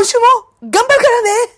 今週も頑張るからね。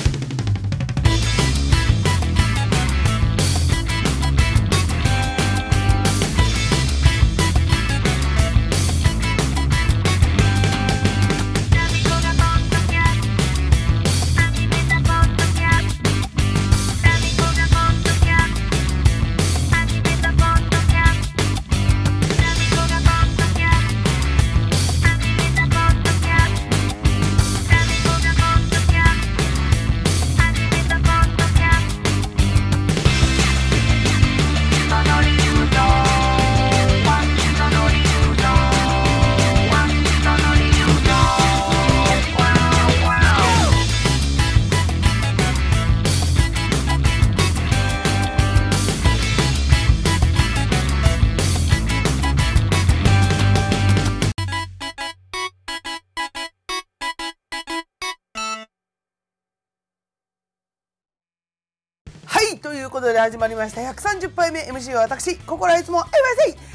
はい、ということで始まりました130杯目 MC は私、心はいつもエヴァセイジャ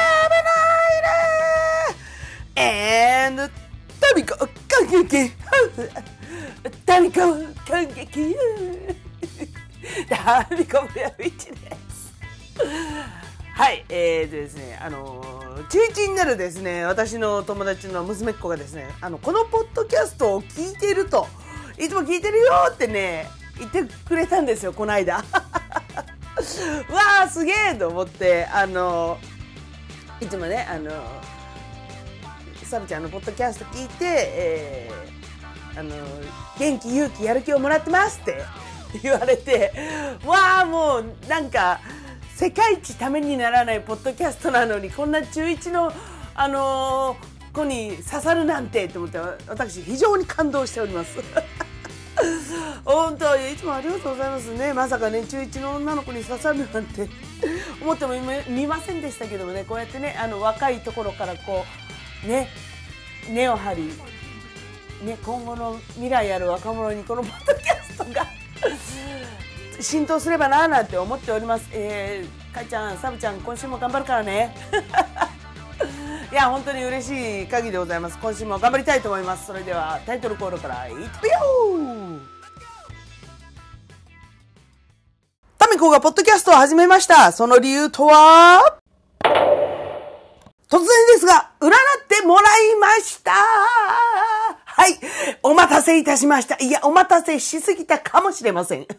ムナイラータミコ感激タミコ感激タミコブヤビッチです。はい、ですね、中1になるですね、私の友達の娘っ子がですね、このポッドキャストを聞いていると、いつも聞いてるよってね、言ってくれたんですよ、この間。わあ、すげえと思って、いつもね、サブちゃんのポッドキャスト聞いて、元気、勇気、やる気をもらってますって言われて、わあ、もうなんか世界一ためにならないポッドキャストなのに、こんな中1の子に刺さるなんてと思って、私非常に感動しております。本当いつもありがとうございますね。まさかね、中1の女の子に刺さるなんて思ってもみませんでしたけどもね、こうやってね、若いところからこうね、根を張り、ね、今後の未来ある若者にこのポッドキャストが浸透すればなーなんて思っております。かいちゃん、サブちゃん、今週も頑張るからね。いや、本当に嬉しい限りでございます。今週も頑張りたいと思います。それではタイトルコールからいってみよう。タミコがポッドキャストを始めました。その理由とは、突然ですが占ってもらいました。はい、お待たせいたしました。いや、お待たせしすぎたかもしれません。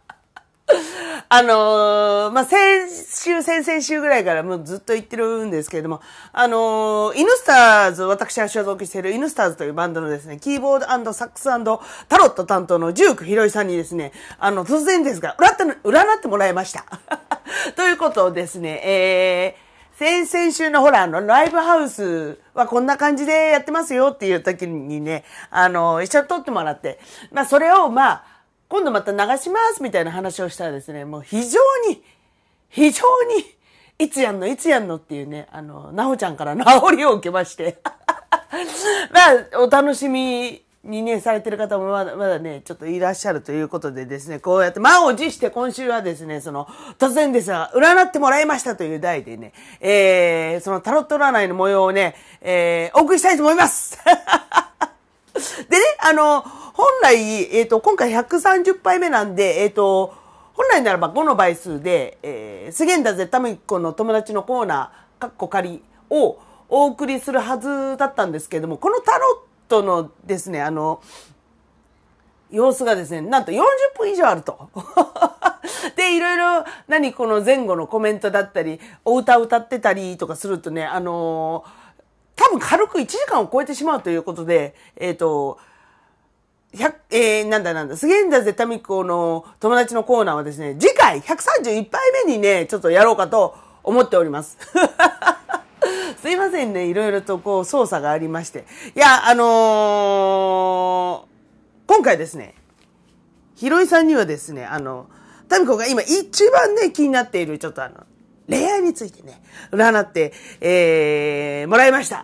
先週、先々週ぐらいからもうずっと言ってるんですけれども、イヌスターズ、私が所属しているイヌスターズというバンドのですね、キーボード&サックス&タロット担当のジュークひろいさんにですね、突然ですが、占ってもらいました。ということをですね、先々週のほら、ライブハウスはこんな感じでやってますよっていう時にね、一緒に撮ってもらって、それを今度また流しますみたいな話をしたらですね、もう非常に、いつやんのっていうね、なほちゃんから名残を受けまして。お楽しみにね、されてる方もまだね、ちょっといらっしゃるということでですね、こうやって満を持して今週はですね、突然ですが、占ってもらいましたという題でね、そのタロット占いの模様をね、お送りしたいと思います。でね、本来、今回130杯目なんで、本来ならば5の倍数で、すげんだぜタミコの友達のコーナー、かっこ仮をお送りするはずだったんですけれども、このタロットのですね、様子がですね、なんと40分以上あると。で、いろいろ、この前後のコメントだったり、お歌歌ってたりとかするとね、多分軽く1時間を超えてしまうということで、すげんだぜタミコの友達のコーナーはですね、次回131杯目にね、ちょっとやろうかと思っております。すいませんね、いろいろとこう操作がありまして。いや、今回ですね、ひろいさんにはですね、タミコが今一番ね、気になっているちょっと恋愛についてね、占って、もらいました。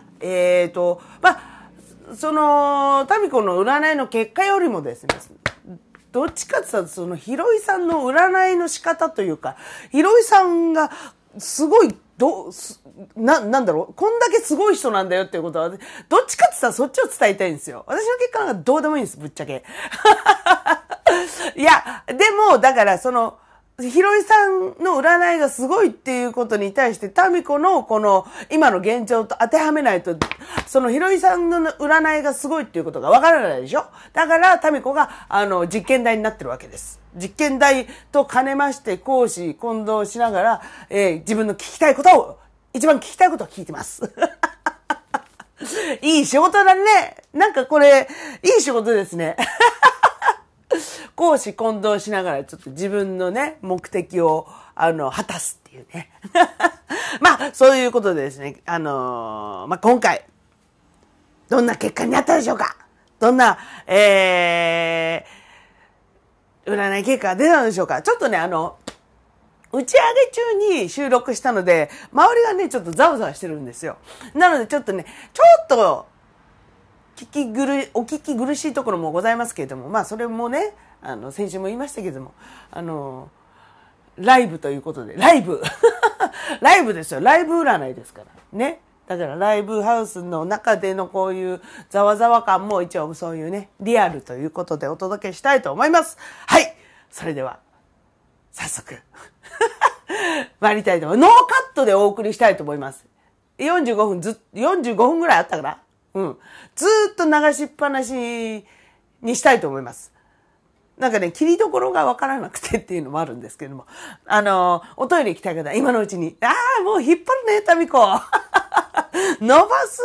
タミコの占いの結果よりもですね、どっちかっていうと、ひろいさんの占いの仕方というか、ひろいさんがすごいなんだろう、こんだけすごい人なんだよっていうことは、どっちかって言ったらそっちを伝えたいんですよ。私の結果なんかどうでもいいんです、ぶっちゃけ。いや、でも、だからひろいさんの占いがすごいっていうことに対して、タミコのこの今の現状と当てはめないと、ひろいさんの占いがすごいっていうことがわからないでしょ。だからタミコが実験台になってるわけです。実験台と兼ねまして講師混同しながら、自分の一番聞きたいことを聞いてます。いい仕事だね。なんかこれ、いい仕事ですね。講師混同しながらちょっと自分のね、目的を、果たすっていうね。まあ、そういうことでですね、今回、どんな結果になったでしょうか。どんな、占い結果が出たのでしょうか。ちょっとね、打ち上げ中に収録したので、周りがね、ちょっとざわざわしてるんですよ。なのでちょっとね、ちょっと、お聞き苦しいところもございますけれども、まあそれもね、先週も言いましたけれども、ライブということで、ライブライブですよ。ライブ占いですから。ね。だからライブハウスの中でのこういうざわざわ感も一応そういうね、リアルということでお届けしたいと思います。はい。それでは、早速、参りたいと思います。ノーカットでお送りしたいと思います。45分ぐらいあったかな。うん。ずーっと流しっぱなしにしたいと思います。なんかね、切りどころがわからなくてっていうのもあるんですけれども。おトイレ行きたい方、今のうちに。もう引っ張るね、タミコ。伸ばす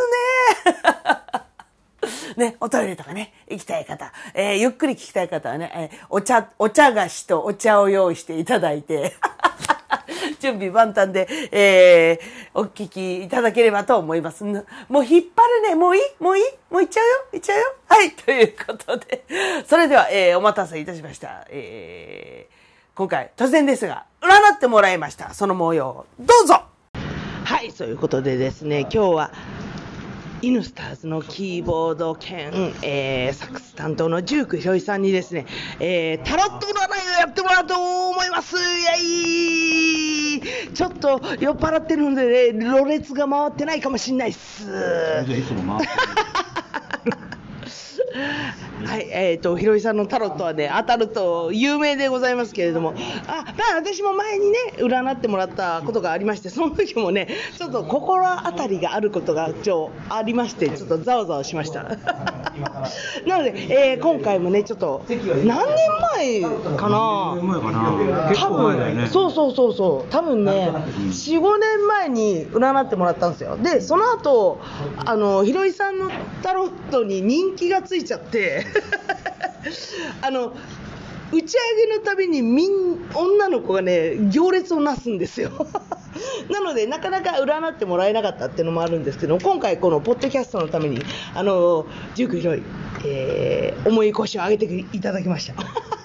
ね。ね、おトイレとかね、行きたい方。ゆっくり聞きたい方はね、お茶菓子とお茶を用意していただいて。準備万端で、お聞きいただければと思います。もう引っ張るね。もういいもう行っちゃうよはい。ということで。それでは、お待たせいたしました。今回、突然ですが、占ってもらいました。その模様を。どうぞはい。そういうことでですね、今日は、イヌスターズのキーボード兼、サックス担当のジュークひろいさんにですね、タロット占いをやってもらおうと思います。イエイちょっと酔っ払ってるので、ね、ろれつが回ってないかもしれないっす。じゃあいつも回ってるはい、ひろいさんのタロットはね、当たると有名でございますけれども、私も前にね、占ってもらったことがありまして、その時もね、ちょっと心当たりがあることがありまして、ちょっとざわざわしました。なので、今回もね、ちょっと、何年前かな結構前だよね。そう。多分ね、4、5年前に占ってもらったんですよ。で、その後、ひろいさんのタロットに人気がついちゃって、打ち上げのたびに女の子がね行列をなすんですよなのでなかなか占ってもらえなかったっていうのもあるんですけど、今回このポッドキャストのためにジュークひろい、重い腰を上げていただきました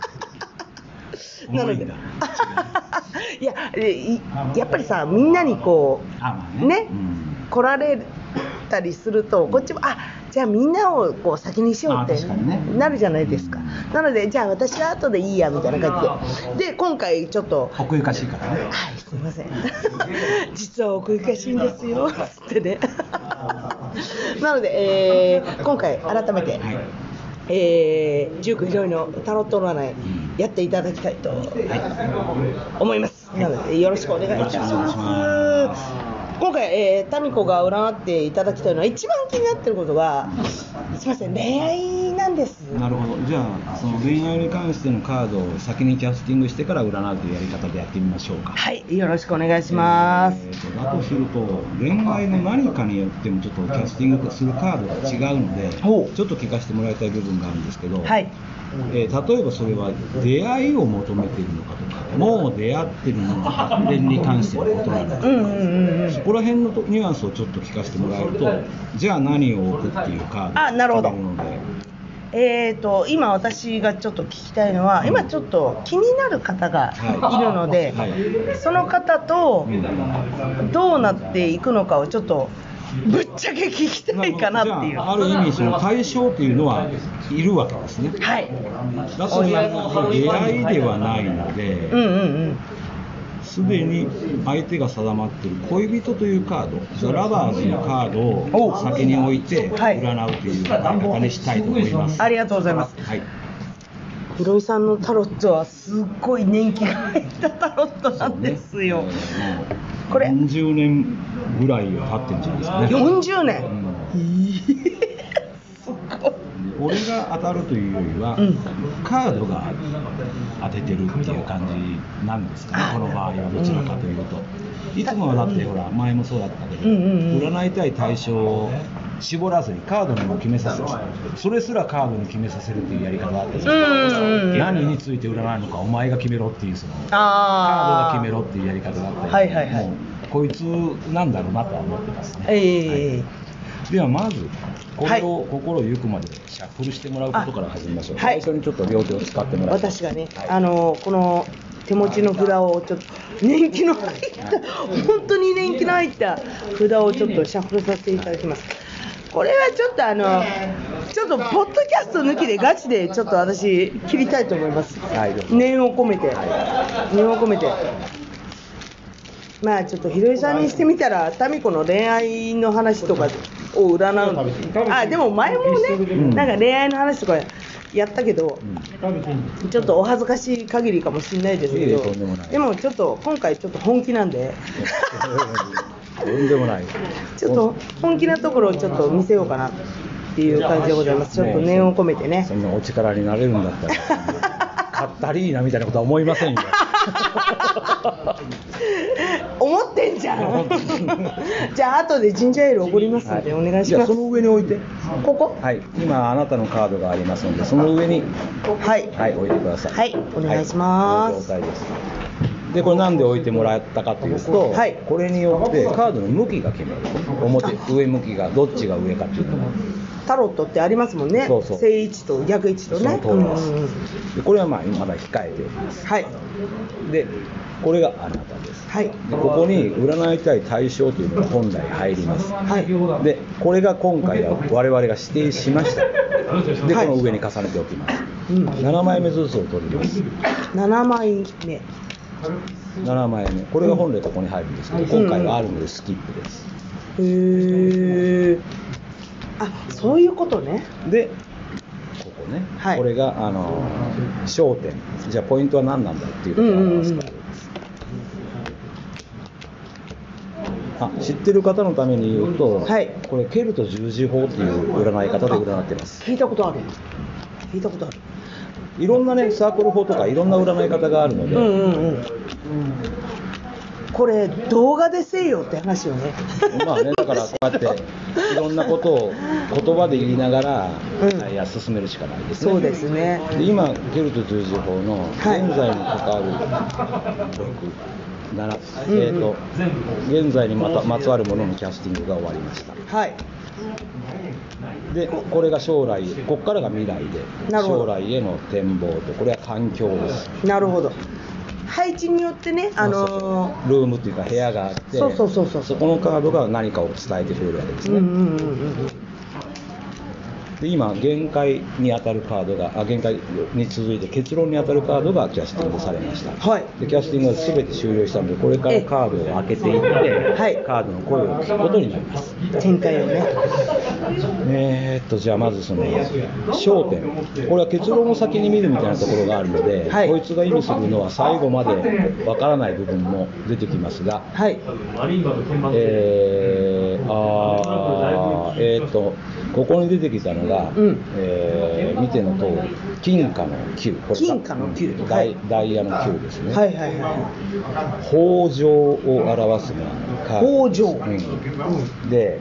なのでいややっぱりさ、みんなにこうね、来られたりするとこっちもじゃあみんなをこう先にしようってなるじゃないですか。なのでじゃあ私は後でいいやみたいな感じで、今回ちょっと奥ゆかしいからね。 はい、すいません実は奥ゆかしいんですよってねなので、今回改めて、ジュークひろいのタロット占いやっていただきたいと思います。なのでよろしくお願いいたします。今回、タミコが占っていただきたいのは、一番気になっていることが、すみません、恋愛なんです。 なるほど。じゃあその恋愛に関してのカードを先にキャスティングしてから占うというやり方でやってみましょうか。 はい、よろしくお願いします。 だとすると恋愛の何かによってもちょっとキャスティングするカードが違うので、ちょっと聞かせてもらいたい部分があるんですけど、はい、例えばそれは出会いを求めているのかとか、もう出会ってるのか発展に関してのことなのか、そこら辺のニュアンスをちょっと聞かせてもらえると、じゃあ何を置くっていうカードなるほどので、 今私がちょっと聞きたいのは、今ちょっと気になる方がいるので、その方とどうなっていくのかをちょっとぶっちゃけ聞きたいかなっていう。 ある意味その対象っていうのはいるわけですね。 はい。 だと出会いではないので、 すでに相手が定まっている恋人というカード、ザ・ラバーズのカードを先に置いて占うというやり方にしたいと思います。 ありがとうございます。 はい。 広井さんのタロットはすっごい年季が入ったタロットなんですよ。 これ40年ぐらい経ってるんじゃないですかね。 40年。 俺が当たるというよりは、カードが当ててるっていう感じなんですかね、この場合はどちらかというと。いつもはだってほら前もそうだったけど、占いたい対象を絞らずにカードにも決めさせる、それすらカードに決めさせるっていうやり方があって、何について占うのかお前が決めろっていう、そのカードが決めろっていうやり方があって、もうこいつなんだろうなとは思ってますね。ではまずこれを心ゆくまでシャッフルしてもらうことから始めましょう。最初にちょっと両手を使ってもらって、 私がね、この手持ちの札をちょっと年季の入った本当に年季の入った札をちょっとシャッフルさせていただきます。これはちょっとポッドキャスト抜きでガチでちょっと私切りたいと思います。念を込めて、まあちょっとひろいさんにしてみたらタミコの恋愛の話とかを占う、でも前もね、なんか恋愛の話とかやったけど、ちょっとお恥ずかしい限りかもしれないですけど、でもちょっと今回ちょっと本気なんでとんでもない。 ちょっと本気なところをちょっと見せようかなっていう感じでございます。ちょっと念を込めてね。 そんなお力になれるんだったらカッタリーナみたいなことは思いませんよ。 思ってんじゃん。じゃあ後でジンジャーエールおごりますのでお願いします。 その上に置いて。 ここ？ はい。今あなたのカードがありますのでその上にはい置いてください。 はい、お願いします。 この状態です。でこれなんで置いてもらったかというと、これによってカードの向きが決まる。上向きがどっちが上かっていうのが。 タロットってありますもんね。正位置と逆位置とね。 でこれはまだ控えております。はい。でこれがあなたです。はい。でここに占いたい対象というのが本来入ります。はい。でこれが今回は我々が指定しました。でこの上に重ねておきます。7枚目ずつを取ります。7枚目。7枚目。これが本来ここに入るんですけど、今回はあるのでスキップです。 へー。そういうことね。 でここね、これが焦点。じゃあポイントは何なんだっていうことを表すからです。知ってる方のために言うと、これケルト十字法っていう占い方で占ってます。 聞いたことある。 いろんなねサークル法とかいろんな占い方があるので、 これ動画でせえよって話よね。 だからこうやっていろんなことを言葉で言いながら、進めるしかないですね。そうですね。で今ケルト十字法の現在に関わる現在にまつわるもののキャスティングが終わりました。はい。でこれが将来、ここからが未来で将来への展望と、これは環境です。なるほど。配置によってね、ルームというか部屋があって、そこのカードが何かを伝えてくれるわけですね。で今限界に当たるカードが限界に続いて結論に当たるカードがキャスティングされました。でキャスティングは全て終了したので、これからカードを開けていって、カードの声を聞くことになります。 展開をね。 じゃあまずその焦点、これは結論を先に見るみたいなところがあるので、こいつが意味するのは最後までわからない部分も出てきますが、ここに出てきたのが、見ての通り金貨の9、これ金貨の9、 ダイヤの9ですね。豊穣を表すカード。豊穣。で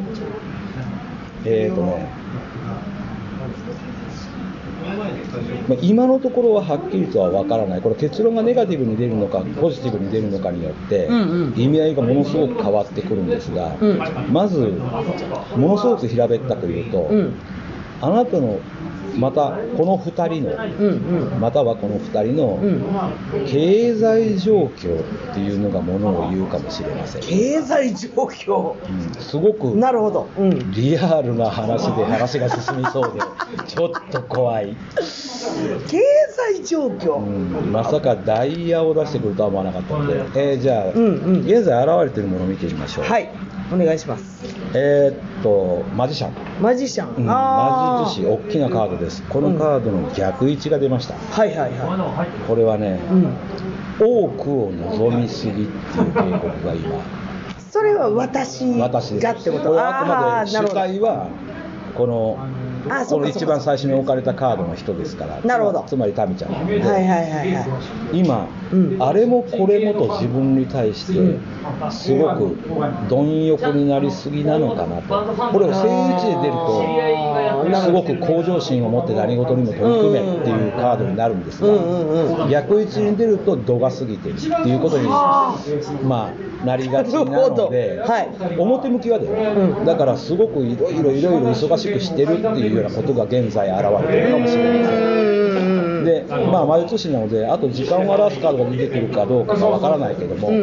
今のところははっきりとは分からない。これ結論がネガティブに出るのかポジティブに出るのかによって意味合いがものすごく変わってくるんですが、まずものすごく平べったく言うと、あなたのまたこの2人の、またはこの2人の経済状況っていうのがものを言うかもしれません。 経済状況、 すごくなるほど、 リアルな話で話が進みそうでちょっと怖い。 経済状況、 まさかダイヤを出してくるとは思わなかったので、じゃあ、現在現れているものを見てみましょう。 はい、お願いします。 マジシャン、 マジシャン、 魔術師、大きなカードです。このカードの逆位置が出ました。これはね、多くを望みすぎっていう警告が今。 それは私がってこと。 あくまで主体はこの一番最初に置かれたカードの人ですから。 なるほど。 つまりタミちゃんなので、今、あれもこれもと自分に対してすごく貪欲になりすぎなのかなと。これを正位置で出るとすごく向上心を持って何事にも取り組めっていうカードになるんですが、逆位置に出ると度が過ぎてるっていうことになりがちなので、表向きはだからすごくいろいろ忙しくしてるっていうようなことが現在現れているかもしれません。で、魔術師なので、あと時間を表すカードが出てくるかどうかがわからないけども、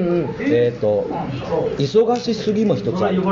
忙しすぎも一つある。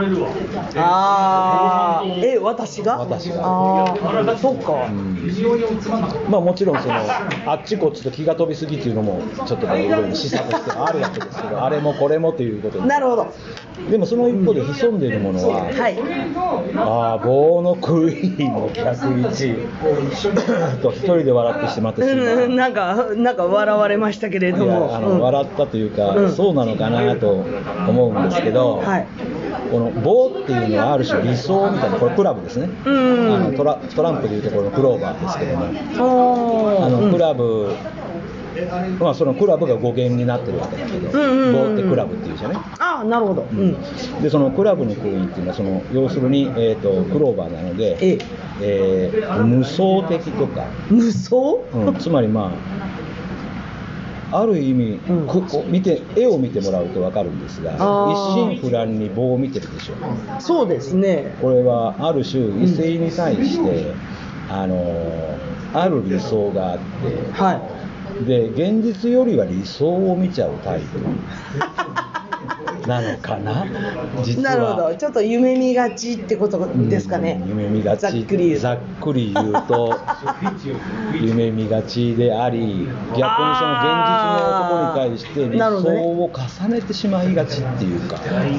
私がそっか。 もちろんあっちこっちと気が飛びすぎっていうのもちょっといろいろ示唆としてあるわけですけど、あれもこれもということで。 なるほど。 でもその一方で潜んでいるものは、棒のクイーンの逆位置と一人で笑ってしまってなんか笑われましたけれども、 笑ったというか、そうなのかなと思うんですけど、この棒っていうのはある種理想みたいな、これクラブですね。トランプでいうところのクローバーですけども、クラブ、そのクラブが語源になってるわけだけど、棒ってクラブっていうじゃね。 なるほど。 でそのクラブのクイーンっていうのは要するに、クローバーなので、無双的とか。 無双？ つまりある意味、絵を見てもらうと分かるんですが、一心不乱に棒を見てるでしょう。 そうですね。 これはある種異性に対して、ある理想があって、で現実よりは理想を見ちゃうタイプなのかな、実は。なるほど、 ちょっと夢見がちってことですかね。 夢見がち、ざっくり言うと夢見がちであり、逆にその現実の男に対して理想を重ねてしまいがちっていうか。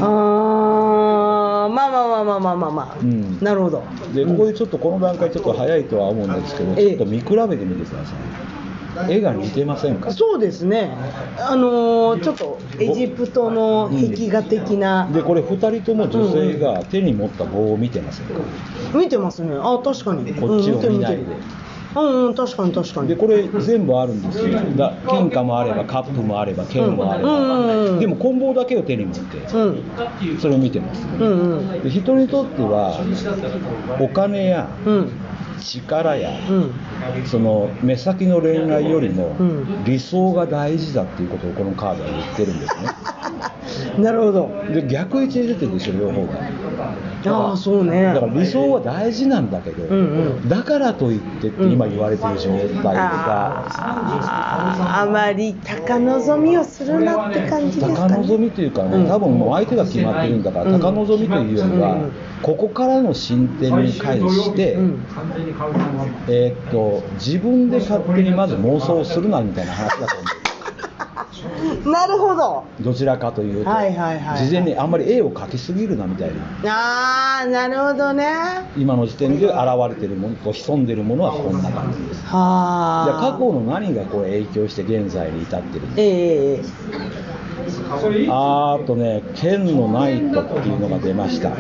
なるほど。でここでちょっとこの段階ちょっと早いとは思うんですけど、ちょっと見比べてみてください。絵が似てませんか？ そうですね。ちょっとエジプトの壁画的な。 でこれ2人とも女性が手に持った棒を見てませんか？ 見てますね。確かに。 こっちを見ないで。 確かに。 でこれ全部あるんですよ。金貨もあればカップもあれば剣もあれば、でも棍棒だけを手に持って、それを見てます。で人にとってはお金や力や、その目先の恋愛よりも理想が大事だっていうことをこのカードは言ってるんですね。 なるほど。 で逆位置に出てるでしょ、両方が。 そうね。 だから理想は大事なんだけど、だからといってって今言われてる状態とか、 あまり高望みをするなって感じですかね。 高望みというかね、多分もう相手が決まってるんだから、高望みというよりは、ここからの進展に関して、自分で勝手にまず妄想するなみたいな話だと思う。 なるほど。 どちらかというと、事前にあんまり絵を描きすぎるなみたいな。 なるほどね。 今の時点で現れてるものと潜んでるものはこんな感じです。じゃあ過去の何がこれ影響して現在に至ってるんですか。あとね、剣のナイトっていうのが出ました。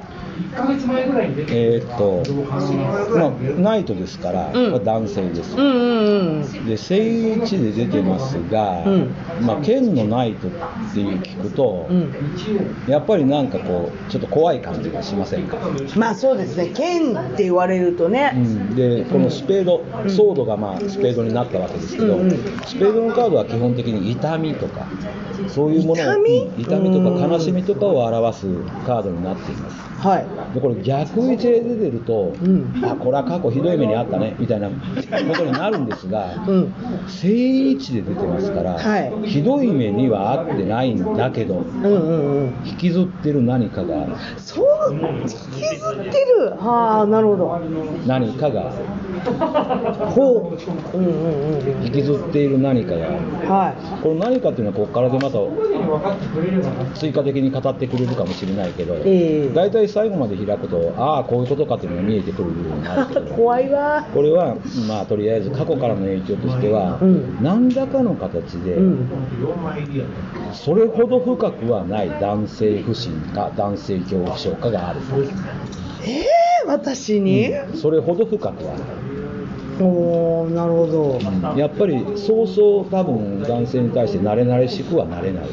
ナイトですから、男性です。で正位置で出てますが、剣のナイトって聞くと、やっぱりなんかこうちょっと怖い感じがしませんか？ そうですね。剣って言われるとね。 でこのスペード、ソードがスペードになったわけですけど、スペードのカードは基本的に痛みとかそういうものを、痛みとか悲しみとかを表すカードになっています。 でこれ逆位置で出てると、あ、これは過去ひどい目にあったねみたいなことになるんですが、正位置で出てますから、ひどい目にはあってないんだけど、引きずってる何かが、 そう引きずってる、はあ、なるほど、 何かがほう、 引きずっている何かが、この何かっていうのはここからでまた追加的に語ってくれるかもしれないけど、だいたい最後まで開くと、ああこういうことかっていうのが見えてくる部分があるけど怖いわ。 これはまあとりあえず過去からの影響としては、何らかの形で、それほど深くはない男性不信か男性恐怖症かがある。 私に、 それほど深くは。 おー、なるほど。 やっぱりそうそう多分男性に対して慣れ慣れしくはなれない。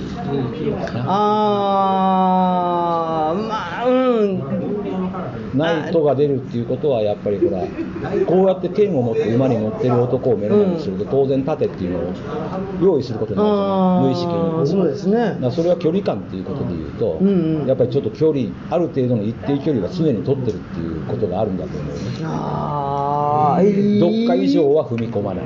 まあ、 ナイトが出るっていうことはやっぱりほら、こうやって剣を持って馬に乗ってる男を目の前にすると、当然盾っていうのを用意することになるじゃない、無意識に。 そうですね。 だからそれは距離感っていうことでいうと、やっぱりちょっと距離、ある程度の一定距離は常に取ってるっていうことがあるんだと思う。どっか以上は踏み込まない。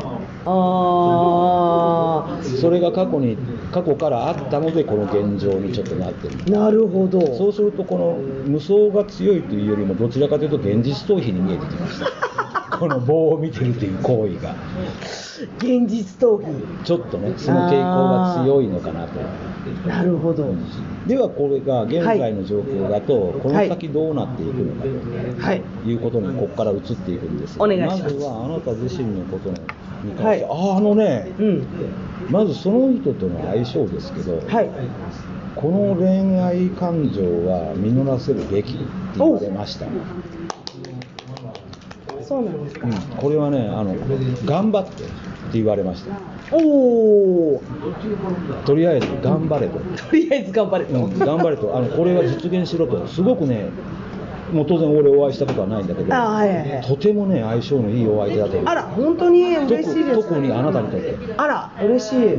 それが過去からあったのでこの現状にちょっとなってる。 なるほど。 そうするとこの無双が強いというよりもどちらかというと現実逃避に見えてきましたこの棒を見てるという行為が現実逃避、 ちょっとねその傾向が強いのかなと。 なるほど。 ではこれが現在の状況だと、この先どうなっていくのかということにここから移っていくんですが、まずはあなた自身のことに関して、まずその人との相性ですけど、この恋愛感情は実らせるべきって言われました。 そうなんですか。 これはね、頑張ってって言われました。とりあえず頑張れと。 とりあえず頑張れと。 頑張れと。これは実現しろと。すごくね、もう当然俺お会いしたことはないんだけど、とてもね相性のいいお相手だと思う。 あら、本当に嬉しいです。 特にあなたにとって。 あら、嬉しい。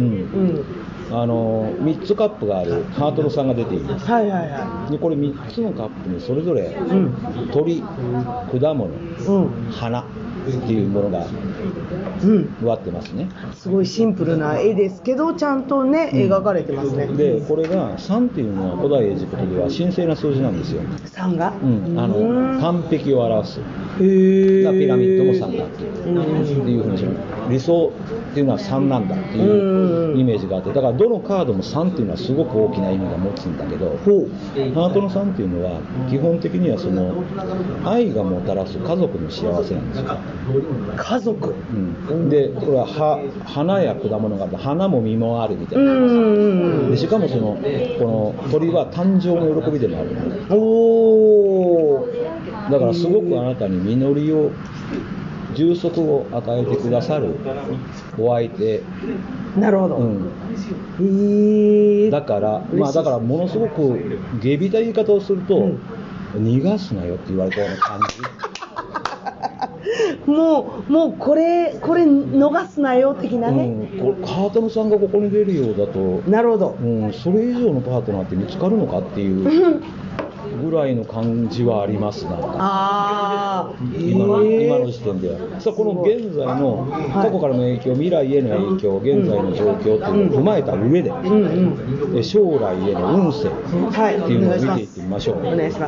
3つカップがあるハートの3が出ています。でこれ3つのカップにそれぞれ鳥、果物、花っていうものが植わってますね。 すごいシンプルな絵ですけどちゃんとね、描かれてますね。 でこれが3っていうのは古代エジプトでは神聖な数字なんですよ。 3が、 完璧を表す。ピラミッドも三角形っていうふうにします。理想っていうのは3なんだっていうイメージがあって、だからどのカードも3っていうのはすごく大きな意味が持つんだけど、ハートの3っていうのは基本的にはその愛がもたらす家族の幸せなんですよ。 家族、 でこれは花や果物があって花も実もあるみたいな。でしかもこの鳥は誕生の喜びでもあるんだ。だからすごくあなたに実りを充足を与えてくださるお相手。 なるほど。 だからものすごく下びた言い方をすると、逃がすなよって言われたような感じ。 もうこれ逃すなよ的なね。 ハートのさんがここに出るようだと、 なるほど。 それ以上のパートナーって見つかるのかっていうぐらいの感じはありますな。今の時点では。さあこの現在の過去からの影響、未来への影響、現在の状況っていうのを踏まえた上で、将来への運勢っていうのを見ていってみましょう。 お願いします。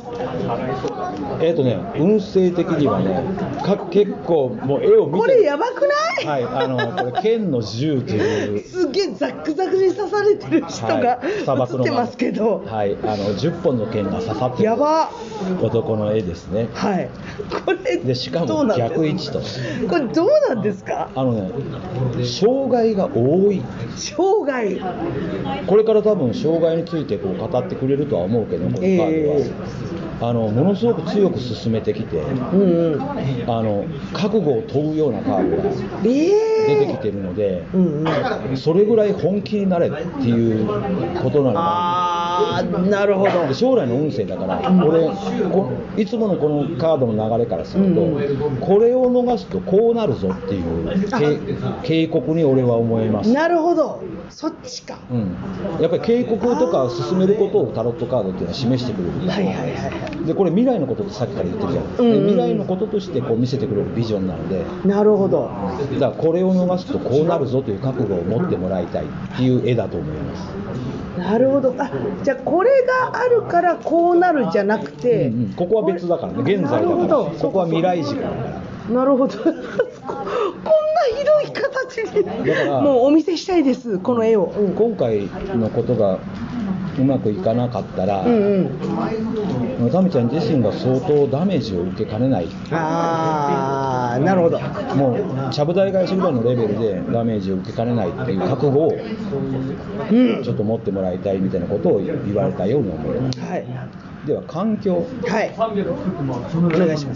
運勢的にはね、結構もう絵を見て、 これやばくない？ これ剣の銃というすげえザックザクに刺されてる人が映ってますけど、 10本の剣が刺さってる男の絵ですね。 これでしかも逆位置と。 これどうなんですか？ 障害が多い。 障害。 これから多分障害について語ってくれるとは思うけど、このカードは。ものすごく強く進めてきて、覚悟を問うようなカードが出てきてるので、それぐらい本気になれっていうことなのかな。 ああ、なるほど。 で将来の運勢だから、俺いつものこのカードの流れからすると、これを逃すとこうなるぞっていう警告に俺は思います。 なるほど、そっちか。 やっぱり警告とか進めることをタロットカードっていうのは示してくれる。でこれ未来のことってさっきから言ってるじゃん。で未来のこととしてこう見せてくれるビジョンなので。 なるほど。 だからこれを逃すとこうなるぞという覚悟を持ってもらいたいっていう絵だと思います。 なるほど。あ、じゃあこれがあるからこうなるじゃなくて、 ここは別だからね。現在だから。ここは未来時間だから。 なるほど。こんなひどい形でもうお見せしたいです、この絵を。 今回のことがうまくいかなかったら、タミちゃん自身が相当ダメージを受けかねない。 ああ、なるほど。 もうちゃぶ台返しぐらいのレベルでダメージを受けかねないっていう覚悟をちょっと持ってもらいたいみたいなことを言われたように思います。では環境、 お願いします。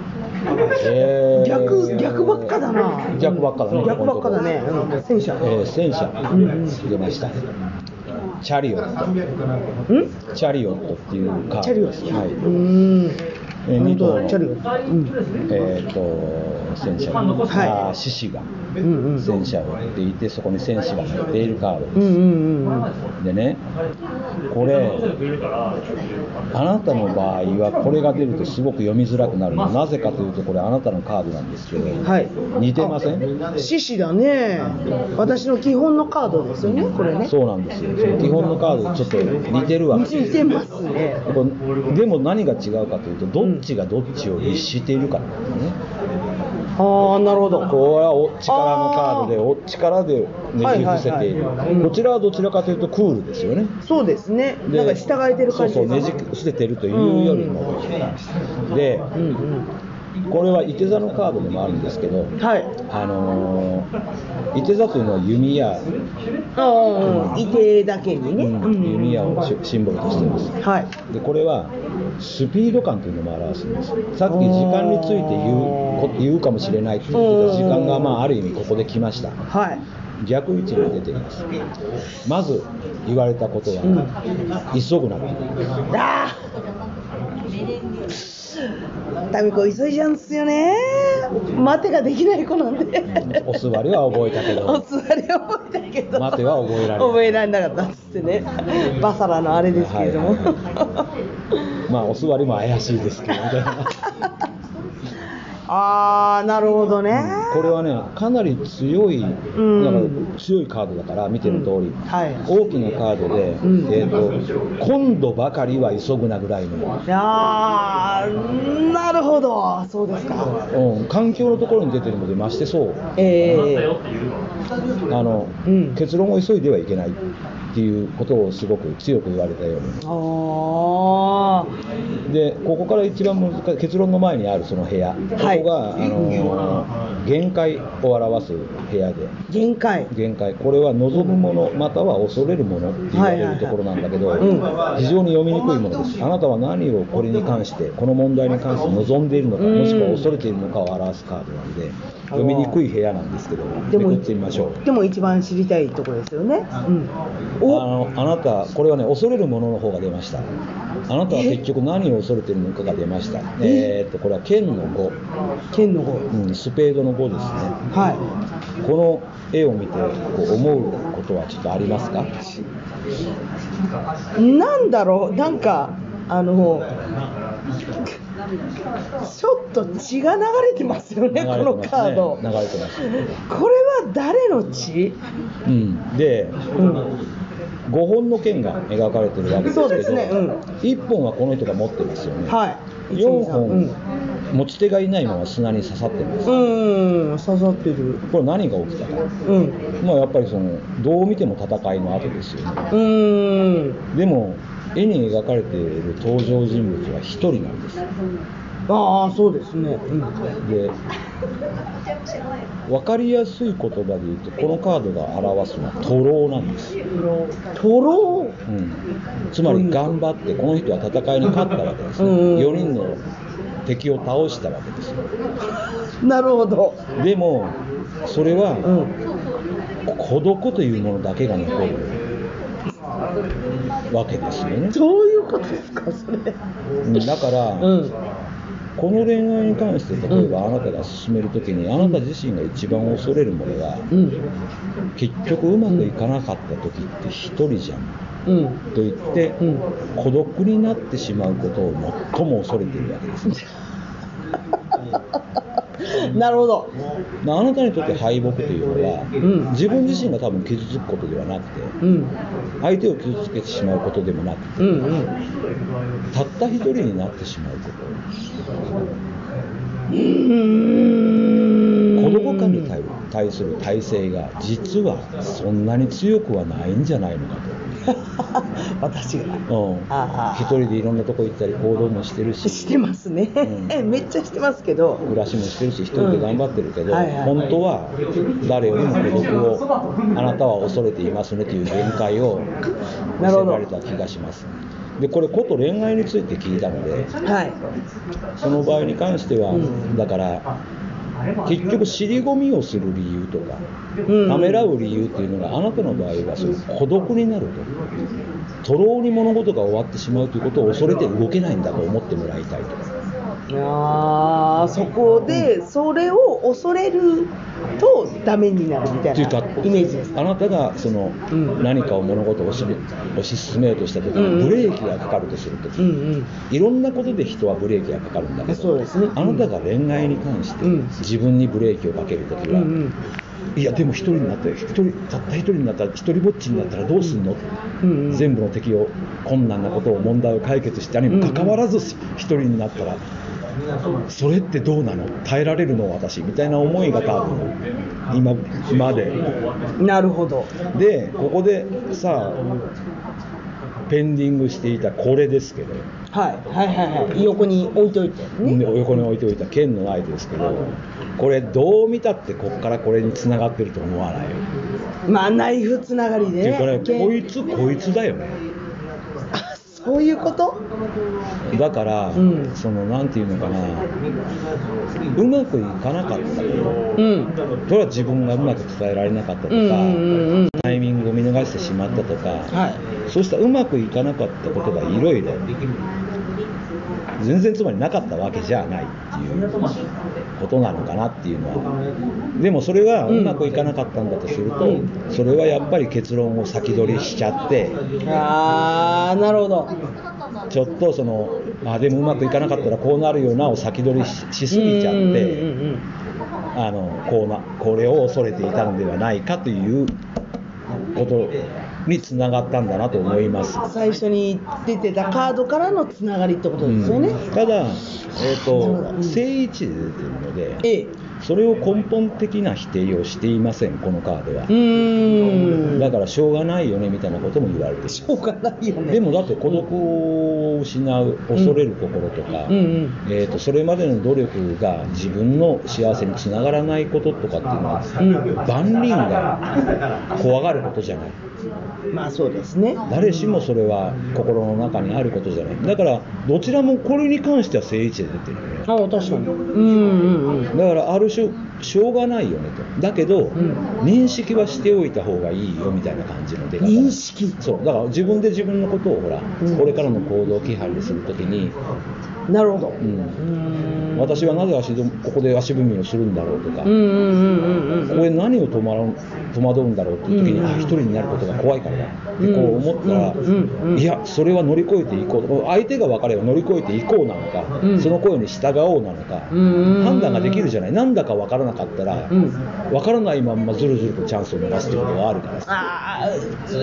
逆ばっかだな。 逆ばっかだね。 逆ばっかだね。戦車。 戦車出ました。チャリオット。チャリオットっていうカード。 チャリオット。 2頭のチャリオット。 戦車、獅子が戦車を追っていて、そこに戦士が乗っているカードです。でね、これあなたの場合はこれが出るとすごく読みづらくなるの。なぜかというとこれあなたのカードなんですけど、似てません？ 獅子だね。私の基本のカードですよね、これね。 そうなんですよ。その基本のカードちょっと似てるわけです。 似てますね。 でも何が違うかというと、どっちがどっちを律しているかなんですね。 ああ、なるほど。 これはお力のカードで、お力でねじ伏せている。こちらはどちらかというとクールですよね。 そうですね。なんか従えてる感じ。 そうそう、ねじ伏せてるというよりも。で、これはいて座のカードでもあるんですけど、いて座というのは弓矢、 いてだけにね、 弓矢をシンボルとしています。でこれはスピード感というのも表すんです。さっき時間について言うかもしれないって言ってた時間が、ある意味ここで来ました。逆位置に出ています。まず言われたことは、急ぐなっていう。 タミコ急いじゃうんすよね。待てができない子なんで。 お座りは覚えたけど。 お座りは覚えたけど。 待ては覚えられない。 覚えられなかったっつってね。バサラのあれですけれども。 お座りも怪しいですけどみたいな。 あー、なるほどね。 これはね、かなり強い、強いカードだから見てる通り、大きなカードで、今度ばかりは急ぐなぐらいの。 あー、なるほど、そうですか。 環境のところに出てるので、ましてそう。結論を急いではいけないっていうことをすごく強く言われたように。で、ここから一番難しい、結論の前にあるその部屋。ここが、限界を表す部屋で。限界。これは望むものまたは恐れるものって言われるところなんだけど、非常に読みにくいものです。あなたは何をこれに関して、この問題に関して望んでいるのか、もしくは恐れているのかを表すカードなんで、読みにくい部屋なんですけど、めくってみましょう。 でも一番知りたいところですよね。 あなた、これはね、恐れるものの方が出ました。あなたは結局何を恐れているのかが出ました。これは剣の5。 剣の5。 スペードの5ですね。この絵を見てこう思うことはちょっとありますか？ なんだろう、なんかちょっと血が流れてますよね、このカード。 流れてます。 これは誰の血？ で、5本の剣が描かれてるわけですけど、1本はこの人が持ってますよね。4本持ち手がいないまま砂に刺さってます。 刺さってる。 これ何が起きたか。やっぱりどう見ても戦いの後ですよね。でも絵に描かれている登場人物は1人なんです。 ああ、そうですね。 で、分かりやすい言葉で言うと、このカードが表すのは徒労なんです。 徒労？ つまり頑張ってこの人は戦いに勝ったわけですね。4人の敵を倒したわけですよ。 なるほど。 でもそれは、孤独というものだけが残る。 わけですよね。 どういうことですかそれ。 だから、この恋愛に関して例えばあなたが進めるときに、あなた自身が一番恐れるものは、結局うまくいかなかった時って一人じゃん、と言って、孤独になってしまうことを最も恐れているわけですね。 なるほど。 あなたにとって敗北というのは、自分自身が多分傷つくことではなくて、相手を傷つけてしまうことでもなくて、たった一人になってしまうこと。孤独感に対する耐性が実はそんなに強くはないんじゃないのかと。 私が、一人でいろんなとこ行ったり行動もしてるし、 してますね、めっちゃしてますけど、 暮らしもしてるし、一人で頑張ってるけど、本当は誰よりも孤独をあなたは恐れていますねという限界を見せられた気がします。でこれこと恋愛について聞いたので、その場合に関しては、だから結局尻込みをする理由とか、ためらう理由っていうのがあなたの場合はそういう孤独になると、徒労に物事が終わってしまうということを恐れて動けないんだと思ってもらいたいと。 そこでそれを恐れるとダメになるみたいなイメージです。 あなたがその、何かを物事を推し進めようとした時にブレーキがかかるとするとき、いろんなことで人はブレーキがかかるんだけど、 そうですね、 あなたが恋愛に関して自分にブレーキをかけるときは、いやでも一人になったらたった一人になったら一人ぼっちになったらどうすんの、全部の敵を困難なことを問題を解決したにもかかわらず一人になったらそれってどうなの、耐えられるの私みたいな思いが多分今まで。 なるほど。 でここでさペンディングしていたこれですけど、 横に置いといて、 横に置いておいた剣のナイフですけど、これどう見たってこっからこれに繋がってると思わないよ。 ナイフつながりでね。 っていうかね、こいつだよね。 そういうことだから、そのなんていうのかな、うまくいかなかったこと、それは自分がうまく伝えられなかったとか、タイミングを見逃してしまったとか、そうしたうまくいかなかったことがいろいろ全然つまりなかったわけじゃないっていうことなのかなっていうのは。でもそれがうまくいかなかったんだとすると、それはやっぱり結論を先取りしちゃって、なるほど、ちょっとそのでもうまくいかなかったらこうなるよなを先取り しすぎちゃって、これを恐れていたのではないかということにつながったんだなと思います。 最初に出てたカードからのつながりってことですよね。 ただ、正位置で出てるので、それを根本的な否定をしていません、このカードは。だからしょうがないよねみたいなことも言われてる。 しょうがないよね。 でもだって孤独を失う恐れる心とか、それまでの努力が自分の幸せにつながらないこととかっていうのは、万人が怖がることじゃない。 そうですね。 誰しもそれは心の中にあることじゃない。だからどちらもこれに関しては正位置で出てるよね。 確かに。 だからある種しょうがないよねと。だけど、認識はしておいた方がいいよみたいな感じの出方。 認識。 そうだから自分で自分のことをこれからの行動気配にするときに。 なるほど。 私はなぜここで足踏みをするんだろうとか、これ何を戸惑うんだろうっていう時に、一人になることが怖いからだってこう思ったら、いやそれは乗り越えていこう、相手が分かれば乗り越えていこうなのか、その声に従おうなのか、判断ができるじゃない。なんだか分からなかったら、分からないまんまずるずるとチャンスを逃すということがあるから。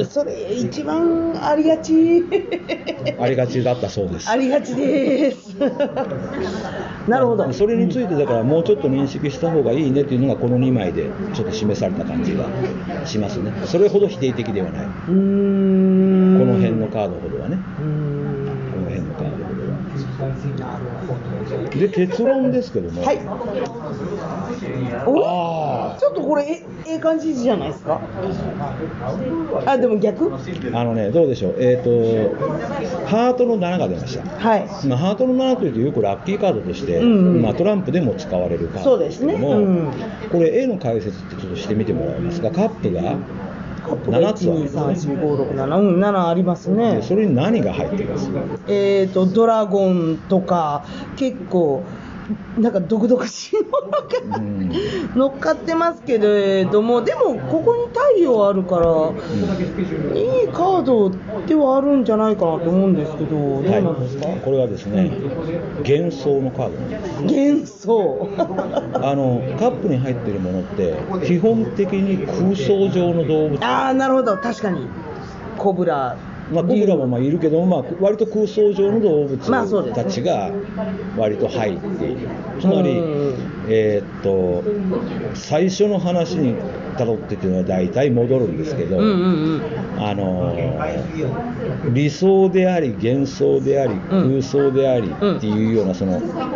それ一番ありがちありがちだったそうです。 ありがちですなるほど。 それについてだからもうちょっと認識した方がいいねっていうのがこの2枚でちょっと示された感じがしますね。それほど否定的ではない。この辺のカードほどはね。この辺のカードほどは。で結論ですけども。 ちょっとこれ感じじゃないですか。でも逆？ どうでしょう。ハートの7が出ました。ハートの7というとよくラッキーカードとして、トランプでも使われるカードですけども、これ絵の解説ってちょっとしてみてもらえますか。カップが 7つ 7ありますね。 それに何が入ってます？ ドラゴンとか結構なんか独々しいものが乗っかってますけれども、でもここに太陽あるから、いいカードではあるんじゃないかなと思うんですけど、どうなんですか？ これはですね、幻想のカードなんです。 幻想カップに入ってるものって基本的に空想上の動物。 なるほど、確かにコブラコブラもいるけど、割と空想上の動物たちが割と入っている。つまり、最初の話にたどってっていうのは大体戻るんですけど、理想であり幻想であり空想でありっていうような、その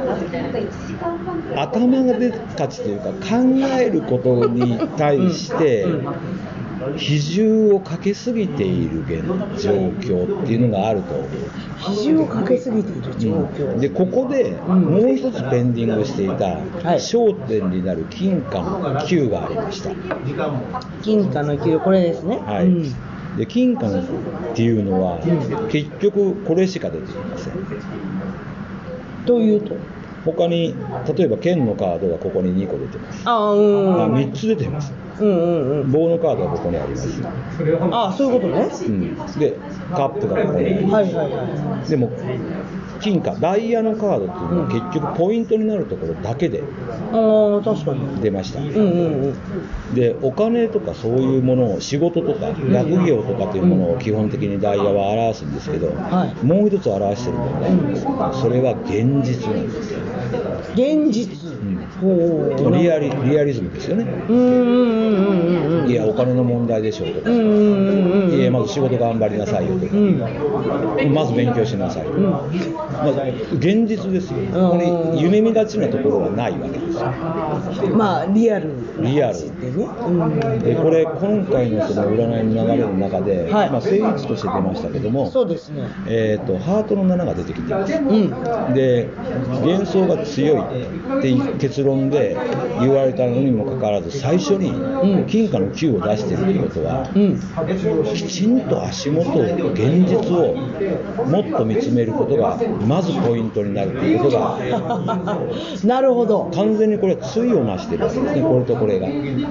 頭が出たちというか、考えることに対して比重をかけすぎている状況っていうのがあると思う。 比重をかけすぎている状況、 でここでもう一つペンディングしていた焦点になる金貨の9がありました。 金貨の9、これですね。 はい、で金貨のっていうのは、結局これしか出ていません。 というと、 他に例えば剣のカードがここに2個出てます。3つ出てます。棒のカードはここにあります。 そういうことね。 でカップがここにあります。でも金貨、ダイヤのカードっていうのは結局ポイントになるところだけで出ました。でお金とかそういうものを、仕事とか学業とかというものを基本的にダイヤは表すんですけど、もう一つ表しているものがあるんですけど、それは現実なんですよ。 現実、 リアリズムですよね。いやお金の問題でしょうとか、いやまず仕事頑張りなさいよとか、まず勉強しなさいよ、現実ですよ。ここに夢見がちなところはないわけですよ。 リアルでこれ今回のその占いの流れの中で、正位置として出ましたけども、 そうですね、 ハートの7が出てきています。で幻想が強いって結論で言われたのにもかかわらず、最初に金貨の9を出しているということは、きちんと足元、現実をもっと見つめることがまずポイントになるということがなるほど、 完全にこれは対をなしてるわけですね、これとこれが。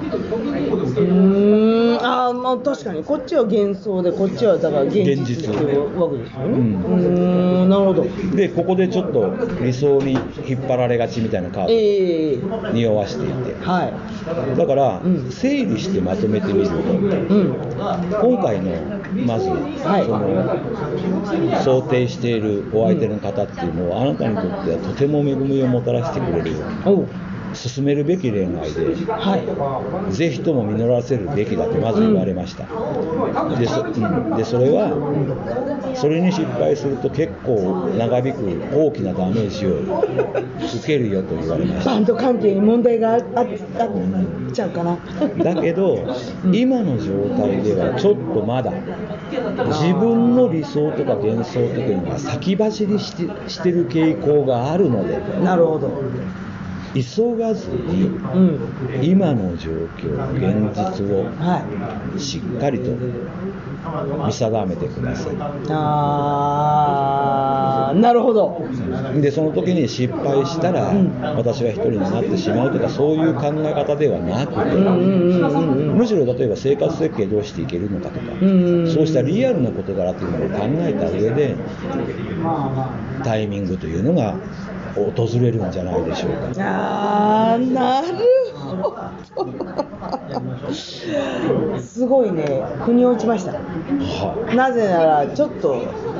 確かにこっちは幻想でこっちはだから現実っていうわけですよね。なるほど。 でここでちょっと理想に引っ張られがちみたいなカードを匂わしていて、だから、整理してまとめてみると、今回のまず、その想定しているお相手の方っていうのは、あなたにとってはとても恵みをもたらしてくれるように進めるべき恋愛で、ぜひとも実らせるべきだとまず言われました。でそれはそれに失敗すると結構長引く大きなダメージを受けるよと言われました。 バンド関係に問題があっちゃうかな。 だけど、今の状態ではちょっとまだ自分の理想とか幻想というのが先走りしてる傾向があるので、 なるほど、 急がずに、今の状況、現実をしっかりと見定めてください。 なるほど。 でその時に失敗したら、私は一人になってしまうとか、そういう考え方ではなくて、むしろ例えば生活設計どうしていけるのかとか、そうしたリアルな事柄というのを考えた上でタイミングというのが訪れるんじゃないでしょうか。 なるほど。すごいね、腑に落ちました。なぜならちょっと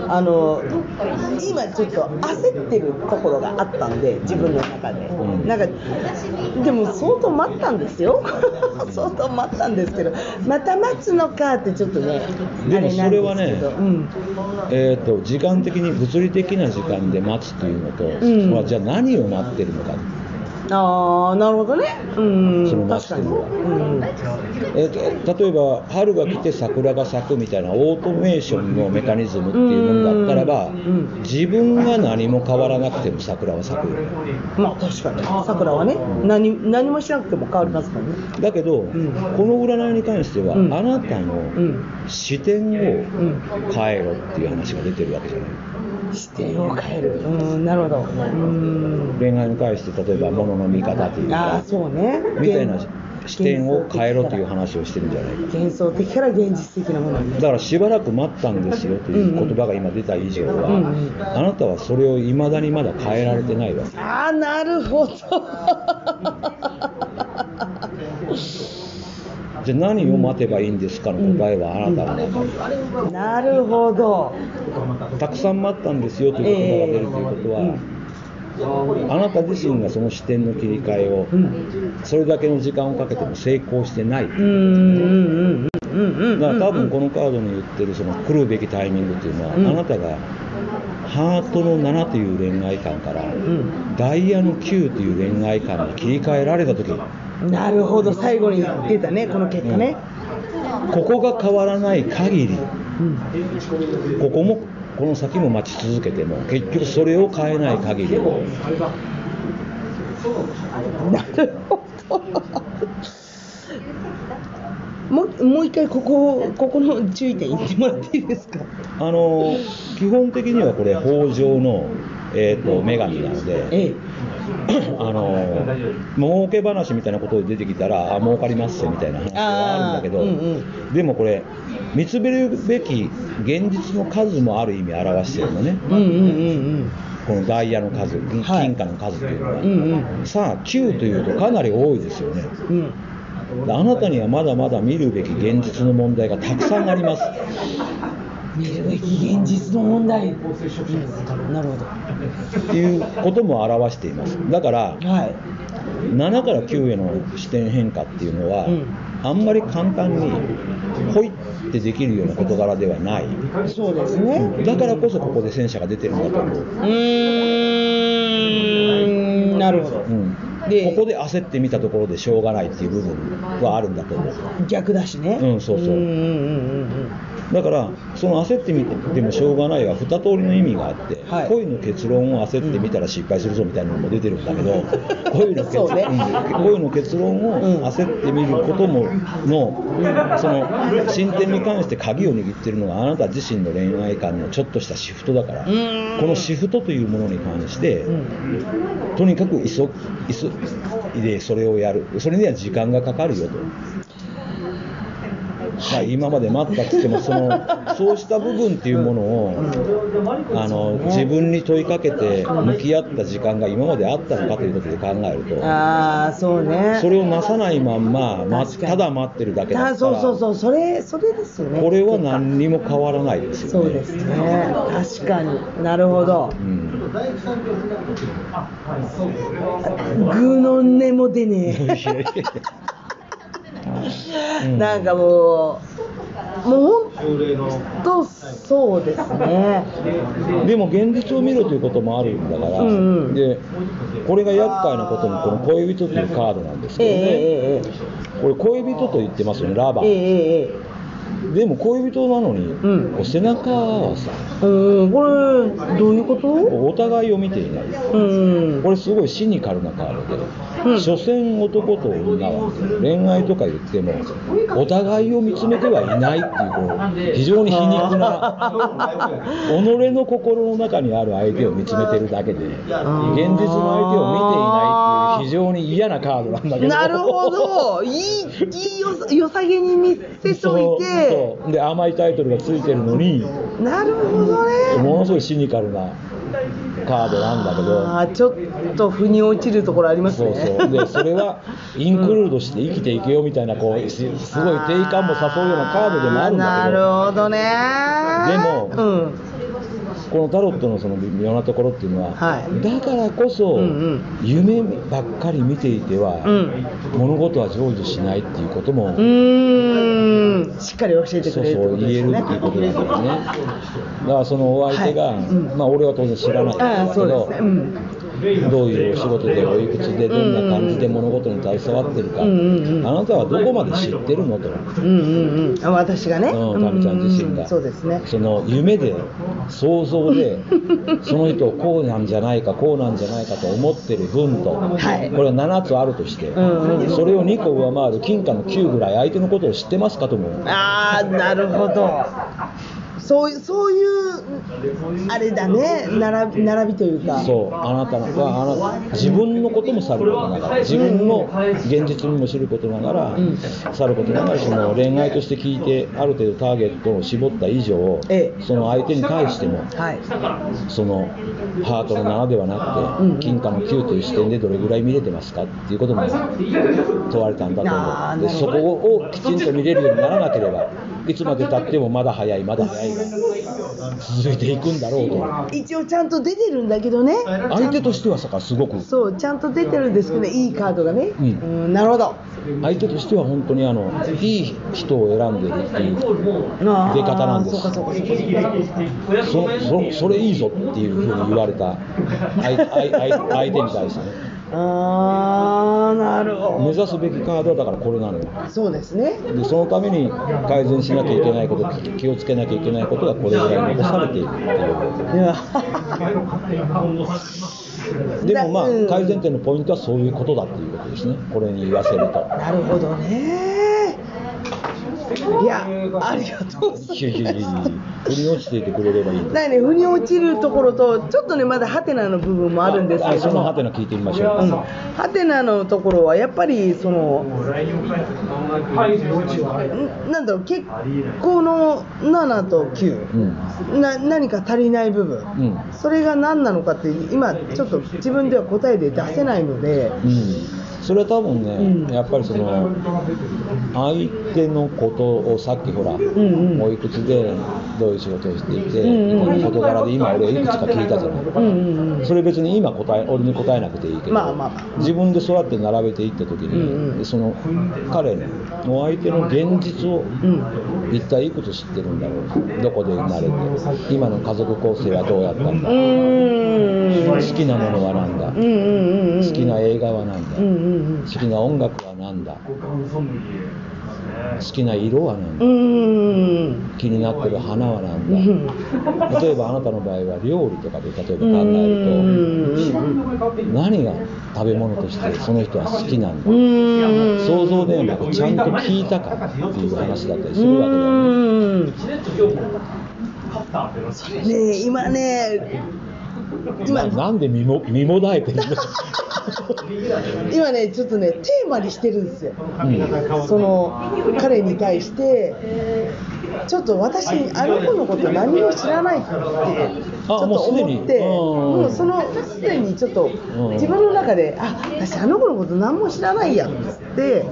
今ちょっと焦ってるところがあったんで、自分の中で、なんかでも相当待ったんですよ。相当待ったんですけど、また待つのかってちょっとね。 でもそれはね、時間的に物理的な時間で待つというのと、じゃあ何を待ってるのか。 ああ、なるほどね。 そのマッシングは。例えば春が来て桜が咲くみたいなオートメーションのメカニズムっていうものだったらば、自分が何も変わらなくても桜は咲くよね。 まあ確かに桜はね、何もしなくても変わりますからね。 だけど、この占いに関しては、あなたの視点を変えろっていう話が出てるわけじゃない。 視点を変える。なるほど。 恋愛に関して例えば物の見方というか、 そうね、 みたいな視点を変えろという話をしてるんじゃないか。 幻想的から現実的なものに。 だからしばらく待ったんですよという言葉が今出た以上は、あなたはそれを未だにまだ変えられてないわけ。 ああ、なるほど。 じゃあ何を待てばいいんですかの答えはあなたの中に。 なるほど。 たくさん待ったんですよという言葉が出るということは、あなた自身がその視点の切り替えを、それだけの時間をかけても成功してない。だから多分このカードに言ってるその来るべきタイミングというのは、あなたがハートの7という恋愛観から、ダイヤの9という恋愛観に切り替えられた時。 なるほど、最後に出たね、この結果ね。 ここが変わらない限り、ここもこの先も待ち続けても結局それを変えない限りは。 なるほど。もう一回ここの注意点言ってもらっていいですか。 基本的にはこれ豊穣の、女神なので、儲け話みたいなことで出てきたら儲かりますよみたいな話があるんだけど、でもこれ見つめるべき現実の数もある意味表してるのね。このダイヤの数、金貨の数というのは、さあ9というとかなり多いですよね。あなたにはまだまだ見るべき現実の問題がたくさんあります。 見るべき現実の問題。なるほど。 っていうことも表しています。だから、7から9への視点変化っていうのは、あんまり簡単にほいってできるような事柄ではない。 そうですね。 だからこそここで戦車が出てるんだと思う。 なるほど。 でここで焦ってみたところでしょうがないっていう部分はあるんだと思う。 逆だしね。 そうそう。だからその焦ってみてもしょうがないは2通りの意味があって、恋の結論を焦ってみたら失敗するぞみたいなのも出てるんだけど、恋の結論を焦ってみることものその進展に関して鍵を握っているのがあなた自身の恋愛観のちょっとしたシフトだから、このシフトというものに関してとにかく急いでそれをやる。それには時間がかかるよと。今まで待ったって言ってもそうした部分っていうものを自分に問いかけて向き合った時間が今まであったのかということで考えると、 そうね、 それをなさないまんまただ待ってるだけだったら、 それですよね。 これは何にも変わらないですよね。 そうですね、確かに。なるほど。具の根も出ねえ。なんかもう本当そうですね。 でも現実を見ろということもあるんだから、でこれが厄介なことにこの恋人というカードなんですけどね、これ恋人と言ってますよね、ラバー。でも恋人なのに、背中はさ、 これどういうこと？ お互いを見ていない。これすごいシニカルなカードで、所詮男と女は恋愛とか言ってもお互いを見つめてはいないっていう、非常に皮肉な己の心の中にある相手を見つめてるだけで、現実の相手を見ていないっていう非常に嫌なカードなんだけど。なるほど。いい良さげに見せといて、 で甘いタイトルがついてるのに、 なるほどね、 ものすごいシニカルなカードなんだけど、 ちょっと腑に落ちるところありますね。 でそれはインクルードして生きていけよみたいな、すごい定感も誘うようなカードでもあるんだけど、 なるほどね。 でも、このタロットのその微妙なところっていうのは、だからこそ、夢ばっかり見ていては、物事は成就しないっていうこともしっかり教えてくれるってことですね。 言えるっていうことなんだよね。だからそのお相手が、俺は当然知らないんだけど、 どういうお仕事でおいくつでどんな感じで物事に携わってるか、あなたはどこまで知ってるのと、 私がね、 かみちゃん自身が、 そうですね、 その夢で想像でその人をこうなんじゃないかこうなんじゃないかと思ってる分と、これは7つあるとして、それを2個上回る金貨の9ぐらい相手のことを知ってますかと思う。 ああ、なるほど。そういうあれだね、並びというか、 そう、あなたは自分のこともさることながら、自分の現実にも知ることながら、さることながら、その恋愛として聞いてある程度ターゲットを絞った以上、その相手に対しても、そのハートの7ではなくて、金貨の9という視点でどれぐらい見れてますかっていうことも問われたんだと思う。でそこをきちんと見れるようにならなければ、いつまで経ってもまだ早いまだ早いが続いていくんだろうと。 一応ちゃんと出てるんだけどね、 相手としてはさ、すごくそうちゃんと出てるんですけどね、いいカードがね、なるほど。 相手としては本当にいい人を選んでるっていう出方なんです。それいいぞっていうふうに言われた相手に対してね。なるほど。目指すべきカードはだからこれなのよ。そうですね。でそのために改善しなきゃいけないこと、気をつけなきゃいけないことがこれぐらい残されているっていう。でも改善点のポイントはそういうことだっていうことですね。これに言わせると。なるほどね。いや、ありがとうございます。腑に落ちていてくれればいい。だね、腑に落ちるところとちょっとねまだハテナの部分もあるんですけど、そのハテナ聞いてみましょう。 ハテナのところはやっぱりそのなんだろう、結婚の7と9、何か足りない部分、それが何なのかって今ちょっと自分では答えで出せないので。 それは多分ね、やっぱりその相手のことをさっきほら、おいくつでどういう仕事をしていて、事柄で今俺いくつか聞いたじゃない、それ別に今俺に答えなくていいけど、自分でそうやって並べていった時に、その彼の相手の現実を一体いくつ知ってるんだろう、どこで生まれて今の家族構成はどうやったんだ、好きなものは何だ、好きな映画は何だ、好きな音楽は何だ、好きな色は何だ、気になってる花は何だ、例えばあなたの場合は料理とかで例えば考えると、何が食べ物としてその人は好きなんだ、想像ではなくちゃんと聞いたかっていう話だったりするわけだよね。 ねえ、今ね、 なんで身もだえてるの今ねちょっとねテーマにしてるんですよ、その彼に対してちょっと私あの子のこと何も知らないってちょっと思って、もうそのすでにちょっと自分の中で私あの子のこと何も知らないやっつって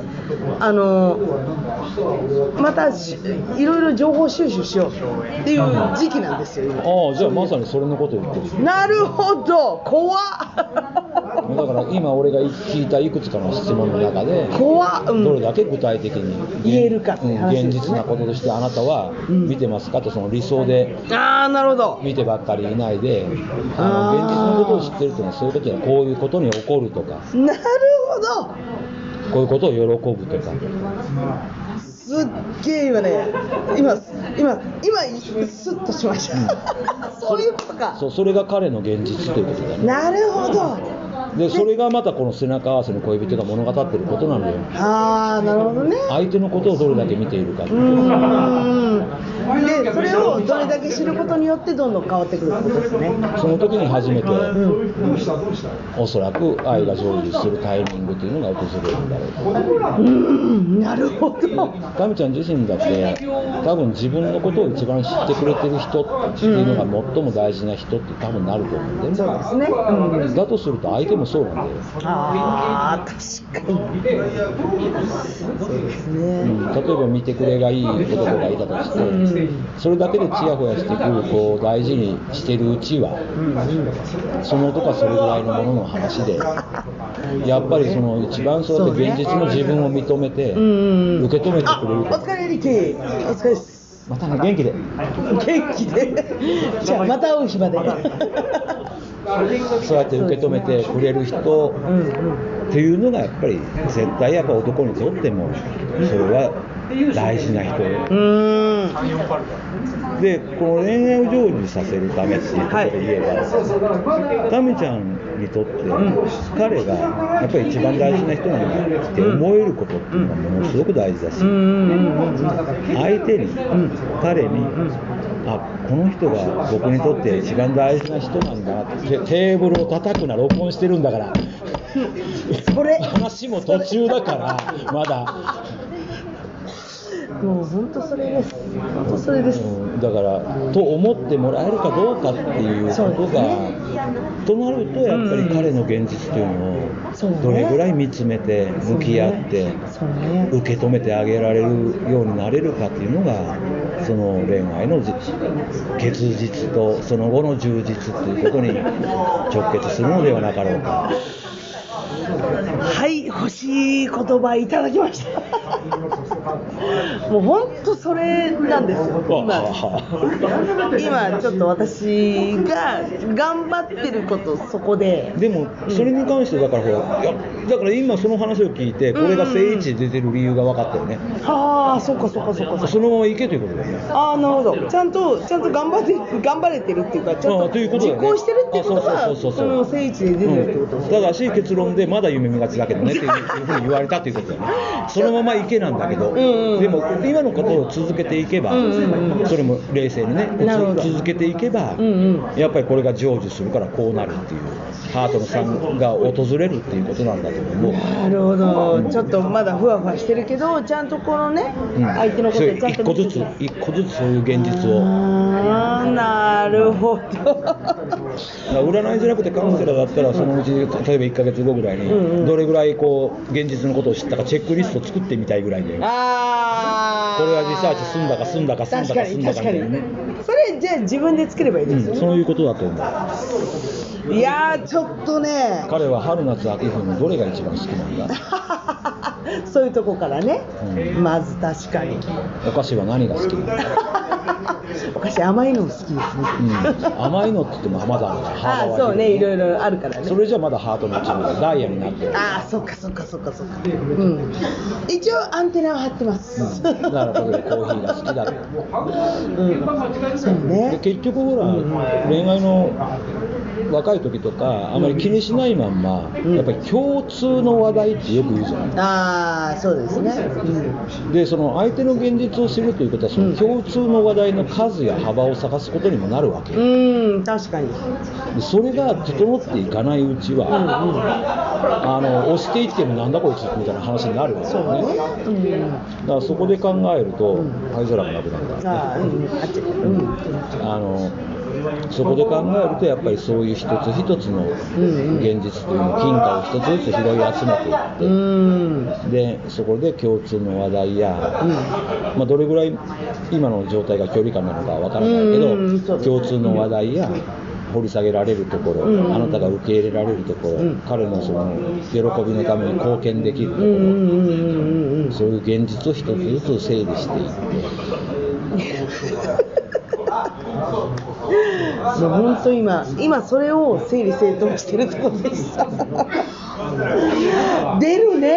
またいろいろ情報収集しようっていう時期なんですよ今。 じゃあまさにそれのことを言ってる。 なるほど、怖っだから今俺が聞いたいくつかの質問の中でどれだけ具体的に言えるかって話ですね。 現実なこととしてあなたは見てますかと、その理想でなるほど見てばっかりいないで、現実のことを知ってるというのはそういうことや、こういうことに起こるとか、 なるほど、 こういうことを喜ぶとか。 すっげえ今ね、今スッとしました、そういうことか。 それが彼の現実ということだね。 なるほど。 でそれがまたこの背中合わせの恋人が物語っていることなんだよ。 なるほどね。 相手のことをどれだけ見ているか。でそれをどれだけ知ることによってどんどん変わってくるってことですね。 その時に初めて、おそらく愛が成就するタイミングというのが訪れるんだろうと。 なるほど。 かみちゃん自身だって多分自分のことを一番知ってくれてる人っていうのが最も大事な人って多分なると思うんだよね。 そうですね。 だとすると相手もそうなんだよ。 確かに。そうですね。 例えば見てくれがいい男がいたとして、それだけでチヤホヤしてくる子を大事にしてるうちは、その男はそれぐらいのものの話で、やっぱりその一番そうやって現実の自分を認めて受け止めてくれる。 お疲れリキ、お疲れです。 またね、元気で。 元気で。じゃあまた会う日まで。 そうやって受け止めてくれる人っていうのがやっぱり絶対やっぱ男にとってもそれは大事な人で、この恋愛を成就させるためっていうことで言えば、タミちゃんにとって、彼がやっぱり一番大事な人なんだって思えることっていうのはものすごく大事だし、相手に、彼に、あ、この人が僕にとって一番大事な人なんだなって、テーブルを叩くな、録音してるんだからそれ話も途中だからまだもう本当それです。本当それです。 だからと思ってもらえるかどうかっていうことが、となるとやっぱり彼の現実というのをどれぐらい見つめて向き合って受け止めてあげられるようになれるかっていうのが、その恋愛の結実とその後の充実っていうことに直結するのではなかろうか。 はい、欲しい言葉いただきましたもう本当それなんですよ。今ちょっと私が頑張ってることそこで。 でもそれに関してだからほら、いやだから今その話を聞いてこれが正位置で出てる理由が分かったよね。 ああ、そっかそっかそっか。 そのまま行けということだよね。 ああ、なるほど。ちゃんと頑張れてるっていうか、ちゃんと実行してるっていうことが正位置で出てるってことですね。 ただし結論でまだ夢見がちだけどねっていうふうに言われたっていうことだよね。そのまま行けなんだけど、でも今のことを続けていけば、それも冷静にね続けていけば、やっぱりこれが成就するからこうなるっていうハートのさんが訪れるっていうことなんだと思う。 なるほど、ちょっとまだふわふわしてるけど、ちゃんとこのね、相手のことをちゃんと一個ずつそういう現実を。 なるほど占いじゃなくてカウンセラーだったら、そのうち例えば1ヶ月後ぐらいにどれぐらいこう現実のことを知ったかチェックリストを作ってみたいぐらいで、これはリサーチ済んだかみたいなね。 それじゃあ自分で作ればいいですよね。 そういうことだと思う。いやー、ちょっとね、 彼は春夏秋冬のどれが一番好きなんだそういうとこからね、まず確かに。 お菓子は何が好きなのお菓子甘いの好きですね、 甘いのって言ってもまだハードはそうね、いろいろあるからね。 それじゃまだハートの一部でダイヤになってる。 そっか、一応アンテナは張ってます、 だからこれでコーヒーが好きだと、 そうね。 で結局ほら、恋愛の若い時とかあまり気にしないまんま、やっぱり共通の話題ってよく言うじゃない。 そうですね、 でその相手の現実を知るということは、その共通の話題の数や幅を探すことにもなるわけ。 確かに。 でそれが整っていかないうちは、押していってもなんだこいつみたいな話になるわけよね。だからそこで考えると、灰空がなくなった。そこで考えると、やっぱりそういう一つ一つの現実というの金貨を一つずつ拾い集めていって、でそこで共通の話題や、どれぐらい今の状態が距離感なのかは分からないけど、共通の話題や掘り下げられるところ、あなたが受け入れられるところ、彼のその喜びのために貢献できるところ、そういう現実を一つずつ整理していってもう本当今それを整理整頓してるところでした出るね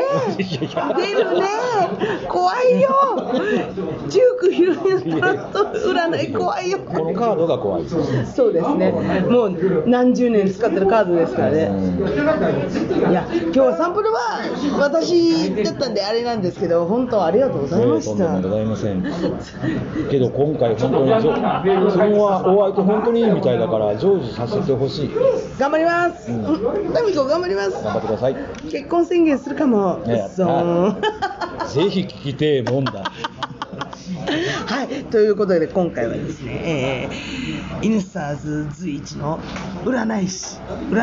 怖いよ。ジュークヒロインの占い怖いよ。 このカードが怖いです。 そうですね、もう何十年使ってるカードですからね。いや、今日はサンプルは私だったんであれなんですけど、本当ありがとうございました。 とんでもございませんけど、今回本当にそのお相手本当にいいみたいだから成就させてほしい。 頑張ります。タミコ頑張ります。 頑張ってください。 結婚宣言するかも。 ぜひ聞きてえもんだ。 はい、ということで今回はですね、イヌスターズ随一の占い師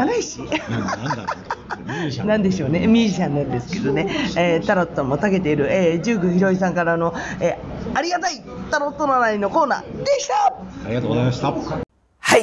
なんでしょうね、ミュージシャンなんですけどね、タロットもたけている、ジュークひろいさんからの、ありがたいタロット占いのコーナーでした。 ありがとうございました。 はい、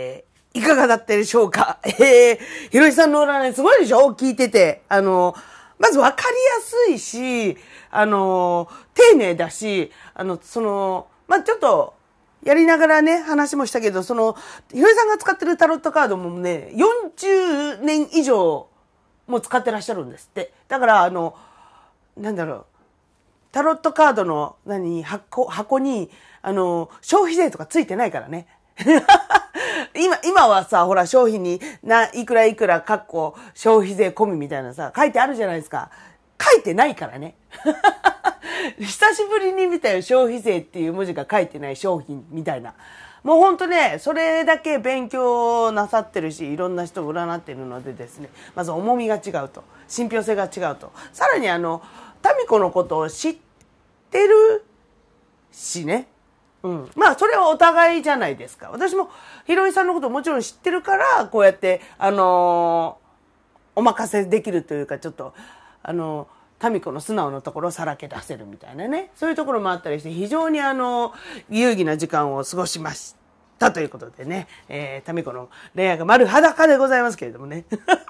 いかがだったでしょうか。ひろいさんの占いすごいでしょ、聞いてて。 まず分かりやすいし、丁寧だし、まあ、ちょっと、やりながらね、話もしたけど、ひろいさんが使ってるタロットカードもね、40年以上も使ってらっしゃるんですって。だから、なんだろう、タロットカードの、箱に、消費税とかついてないからね。今はさ、ほら、商品に、いくらいくら、消費税込みみたいなさ、書いてあるじゃないですか。書いてないからね。久しぶりに見たよ、消費税っていう文字が書いてない商品みたいな。もうほんとね、それだけ勉強なさってるし、いろんな人を占ってるのでですね、まず重みが違うと、信憑性が違うと。さらにタミコのことを知ってるしね。うん。まあ、それはお互いじゃないですか。私も、ひろいさんのことをもちろん知ってるから、こうやって、お任せできるというか、ちょっと、タミコの素直なところをさらけ出せるみたいなね。そういうところもあったりして、非常に有意義な時間を過ごしましたということでね、タミコの恋愛が丸裸でございますけれどもね。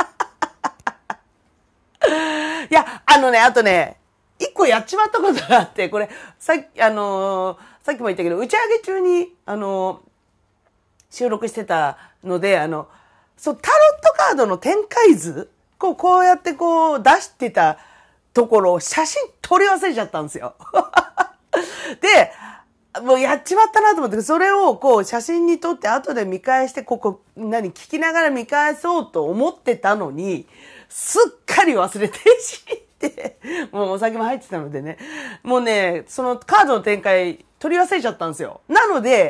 いや、あとね、一個やっちまったことがあって、これ、さっきも言ったけど、打ち上げ中に、収録してたので、タロットカードの展開図、こうやって出してたところを写真撮り忘れちゃったんですよ。で、もうやっちまったなと思って、それを写真に撮って後で見返して、聞きながら見返そうと思ってたのに、すっかり忘れてしまって、もうお酒も入ってたのでね、もうね、そのカードの展開取り忘れちゃったんですよ。なので、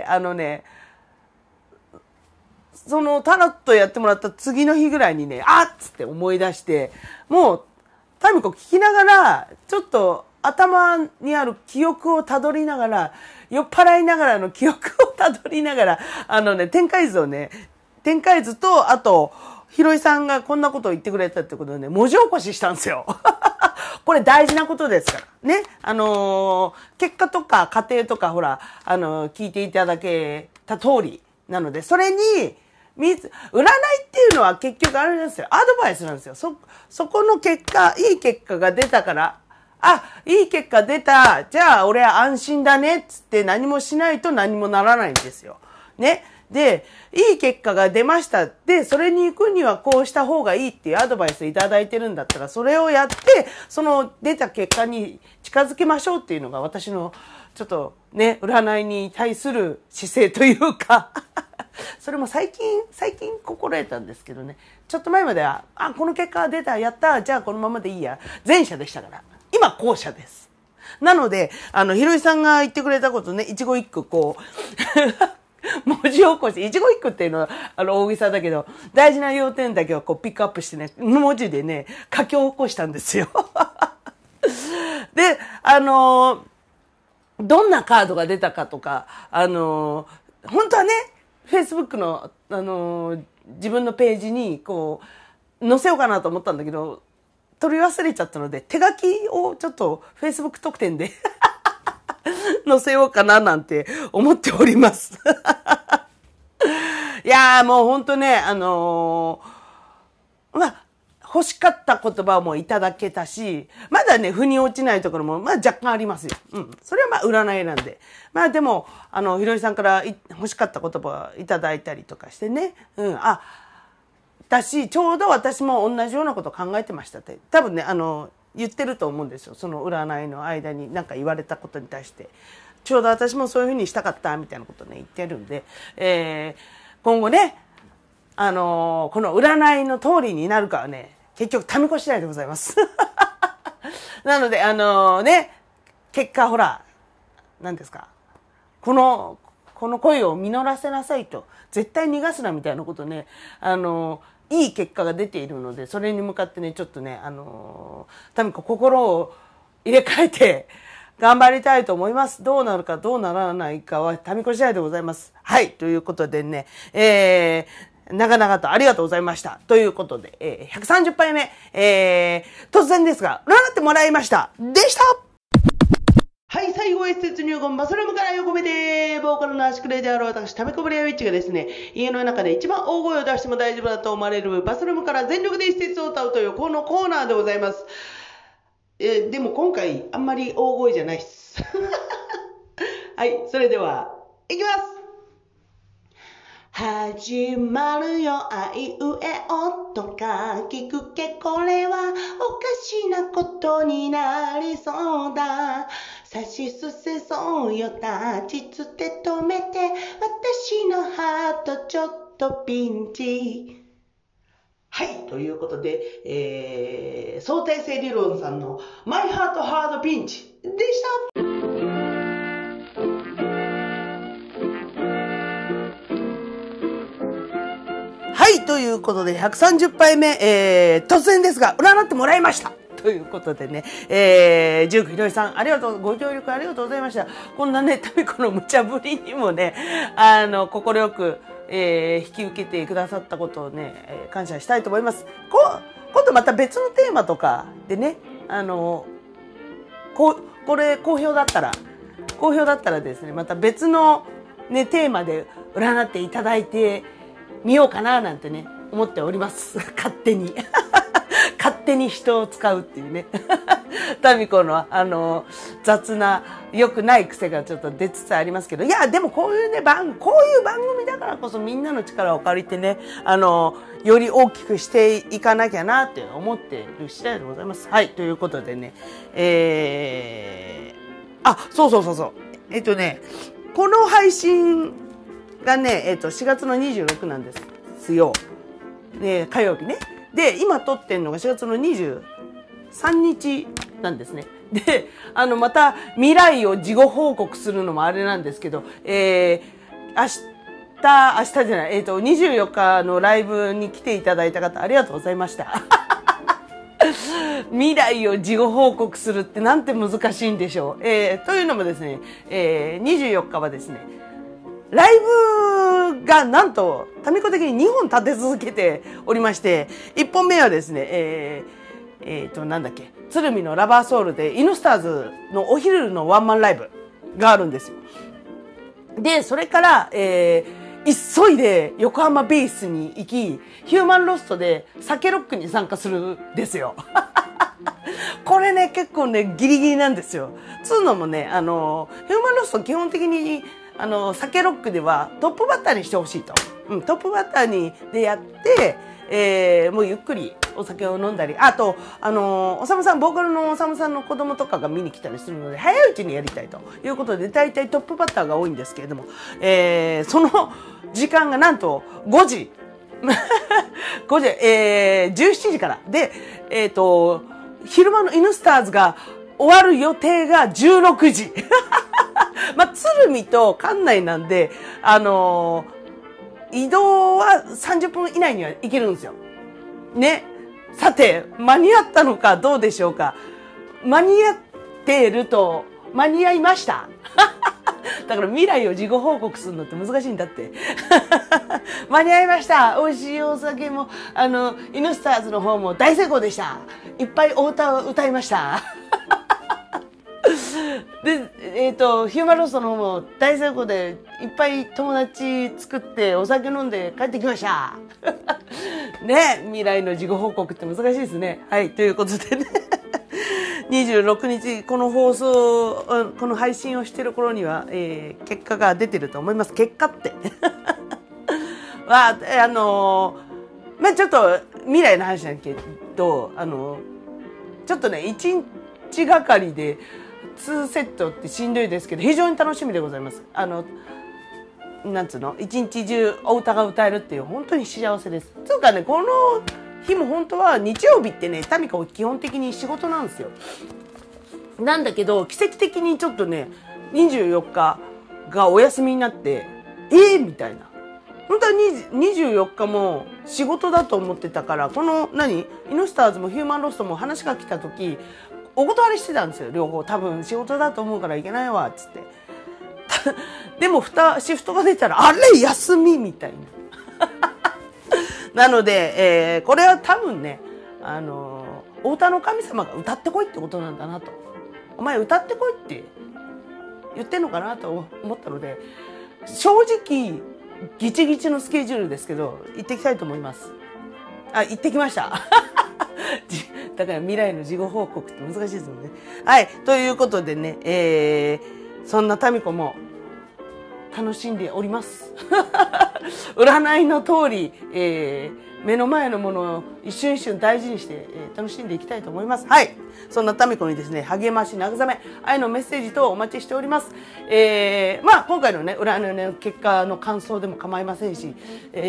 そのタロットやってもらった次の日ぐらいにね、あっつって思い出して、もう、タミコ聞きながら、ちょっと頭にある記憶をたどりながら、酔っ払いながらの記憶をたどりながら、展開図と、あと、ひろいさんがこんなことを言ってくれたってことでね、文字起こししたんですよ。これ大事なことですから。ね。結果とか過程とか、ほら、聞いていただけた通りなので、それに、占いっていうのは結局あれなんですよ。アドバイスなんですよ。そこの結果、いい結果が出たから、いい結果出た。じゃあ俺は安心だね。つって何もしないと何もならないんですよ。ね。で、いい結果が出ました。で、それに行くにはこうした方がいいっていうアドバイスいただいてるんだったら、それをやって、その出た結果に近づけましょうっていうのが私のちょっとね、占いに対する姿勢というか、それも最近心得たんですけどね。ちょっと前までは、この結果が出た、やった、じゃあこのままでいいや。前者でしたから。今後者です。なので、ひろいさんが言ってくれたことね、一語一句文字起こし、一語一句っていうのは、大げさだけど、大事な要点だけをピックアップしてね、文字でね、書き起こしたんですよ。で、どんなカードが出たかとか、本当はね、Facebook の、自分のページに、載せようかなと思ったんだけど、取り忘れちゃったので、手書きをちょっと Facebook 特典で載せようかななんて思っております。いやーもうほんとね、欲しかった言葉もいただけたし、まだね、腑に落ちないところも、若干ありますよ。うん。それは占いなんで。でも、ひろいさんから欲しかった言葉いただいたりとかしてね。うん。だし、ちょうど私も同じようなこと考えてましたって。多分ね、言ってると思うんですよ。その占いの間に何か言われたことに対して。ちょうど私もそういうふうにしたかったみたいなことね、言ってるんで、今後ね、この占いの通りになるかはね、結局、タミコ次第でございます。なので、ね、結果、ほら、何ですか。この恋を実らせなさいと、絶対逃がすなみたいなことね、いい結果が出ているので、それに向かってね、ちょっとね、タミコ心を入れ替えて、頑張りたいと思います。どうなるかどうならないかは、タミコ次第でございます。はい、ということでね、長々とありがとうございました。ということで、130杯目、突然ですが、占ってもらいました。でした。はい、最後は施設入魂バスルームから横目で、ボーカルの足くれである私、タミコブレアウィッチがですね、家の中で一番大声を出しても大丈夫だと思われるバスルームから全力で施設を歌うというこのコーナーでございます。 でも今回あんまり大声じゃないっす。はい、それでは、いきます。始まるよ、あいうえおとか聞くけこれはおかしなことになりそうだ。さしすせそうよ、立ちつて止めて、私のハートちょっとピンチ。はい、ということで、相対性理論さんのマイハートハードピンチでした。はい、ということで130杯目、突然ですが占ってもらいましたということでね、ジュークひろりさんご協力ありがとうございました。こんなね、タミコの無茶ぶりにもね、快く、引き受けてくださったことをね、感謝したいと思います。今度また別のテーマとかでね、これ好評だったらですね、また別のね、テーマで占っていただいてみようかななんてね、思っております。勝手に。勝手に人を使うっていうね。タミコの雑な良くない癖がちょっと出つつありますけど、いやでもこういう番組だからこそみんなの力を借りてね、より大きくしていかなきゃなって思っている次第でございます。はい、ということでね、そうこの配信がね、4月の26なんですよ。で、火曜日ね。で、今撮ってんのが4月の23日なんですね。で、また未来を事後報告するのもあれなんですけど、明日じゃない、24日のライブに来ていただいた方ありがとうございました。未来を事後報告するってなんて難しいんでしょう。というのもですね、24日はですね、ライブがなんとタミコ的に2本立て続けておりまして、1本目はですね、鶴見のラバーソウルでイヌスターズのお昼のワンマンライブがあるんですよ。で、それから、急いで横浜ベースに行き、ヒューマンロストで酒ロックに参加するんですよ。これね、結構ね、ギリギリなんですよ。つうのもね、ヒューマンロスト基本的に酒ロックではトップバッターにしてほしいと。トップバッターでやって、もうゆっくりお酒を飲んだり、あと、おさむさん、ボーカルのおさむさんの子供とかが見に来たりするので、早いうちにやりたいということで、大体トップバッターが多いんですけれども、その時間がなんと5時。17時から。で、昼間のイヌスターズが終わる予定が16時。鶴見と館内なんで、移動は30分以内には行けるんですよ。ね。さて、間に合ったのかどうでしょうか。間に合いました。だから未来を事後報告するのって難しいんだって。間に合いました。美味しいお酒も、イヌスターズの方も大成功でした。いっぱいお歌を歌いました。で、ヒューマンロストの方も大成功でいっぱい友達作ってお酒飲んで帰ってきました。ね、未来の事後報告って難しいですね。はい、ということでね。26日、この配信をしている頃には、結果が出てると思います。結果って。ちょっと未来の話だけど、ちょっとね、1日がかりで2セットってしんどいですけど、非常に楽しみでございます。なんつうの、一日中お歌が歌えるっていう、本当に幸せです。つうかね、この日も本当は日曜日ってね、タミカは基本的に仕事なんですよ。なんだけど、奇跡的にちょっとね、24日がお休みになって、みたいな。本当は24日も仕事だと思ってたから、このイノスターズもヒューマンロストも話が来た時、お断りしてたんですよ、両方。多分仕事だと思うからいけないわ、つって。でもシフトが出たら、あれ休みみたいな。なので、これは多分ね、お歌の神様が歌ってこいってことなんだなと。お前歌ってこいって言ってんのかなと思ったので、正直、ギチギチのスケジュールですけど、行ってきたいと思います。行ってきました。 だから未来の事後報告って難しいですもんね。はい。ということでね、そんなタミコも楽しんでおります。占いの通り、目の前のものを一瞬一瞬大事にして、楽しんでいきたいと思います。はい。そんなタミコにですね、励まし、慰め、愛のメッセージ等お待ちしております。まあ、今回のね、占いの結果の感想でも構いませんし、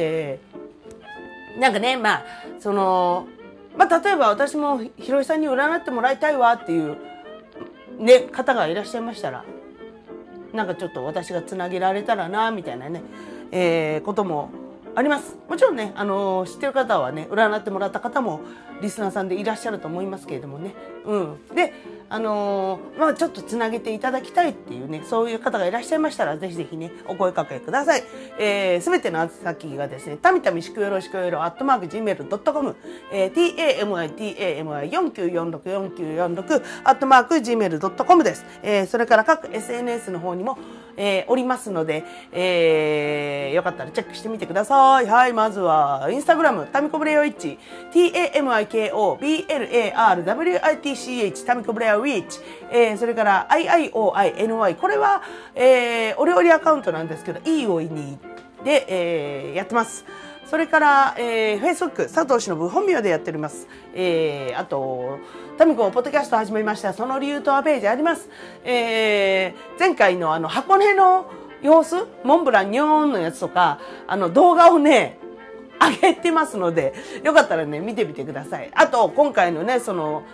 なんかね、まあ、まあ、例えば私もひろいさんに占ってもらいたいわっていう、ね、方がいらっしゃいましたら、なんかちょっと私がつなげられたらな、みたいなね、こともあります。もちろんね、知ってる方はね、占ってもらった方もリスナーさんでいらっしゃると思いますけれどもね。うん。で、まあちょっとつなげていただきたいっていうね、そういう方がいらっしゃいましたら、ぜひぜひね、お声かけください。すべての宛先がですね、たみたみしくよろしくよろ、@gmail.com、tamiti49464946、@gmail.com です。それから各 SNS の方にも、おりますので、よかったらチェックしてみてください。はい、まずは、インスタグラム、タミコブレアウィッチ、TAMIKOBLARWITCH、タミコブレアウィッチ、それから、IIOINY、これは、お料理アカウントなんですけど、いいおいにで、やってます。それから、Facebook、佐藤氏の部本名でやっております。あと、タミコポッドキャスト始めました。その理由とはページあります。前回の箱根の様子、モンブランニョーンのやつとか、動画をね、上げてますので、よかったらね、見てみてください。あと、今回のね、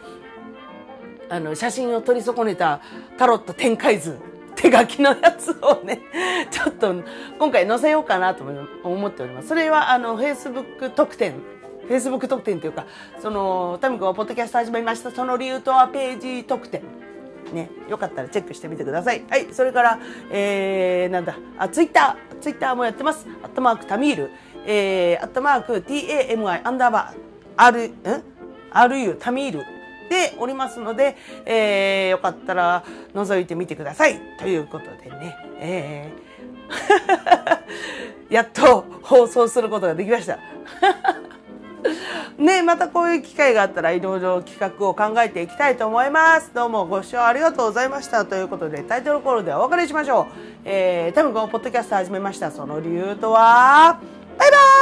写真を撮り損ねたタロット展開図。手書きのやつをね、ちょっと今回載せようかなと思っております。それはFacebook 特典というか、タミコがポッドキャスト始めました。その理由とはページ特典。ね、よかったらチェックしてみてください。はい、それから、ツイッターもやってます。タミール、TAMI_RU、タミール。でおりますので、よかったら覗いてみてくださいということでね、やっと放送することができましたね。またこういう機会があったらいろいろ企画を考えていきたいと思います。どうもご視聴ありがとうございましたということで、タイトルコールでお別れしましょう。タミコポッドキャスト始めました。その理由とはバイバイ。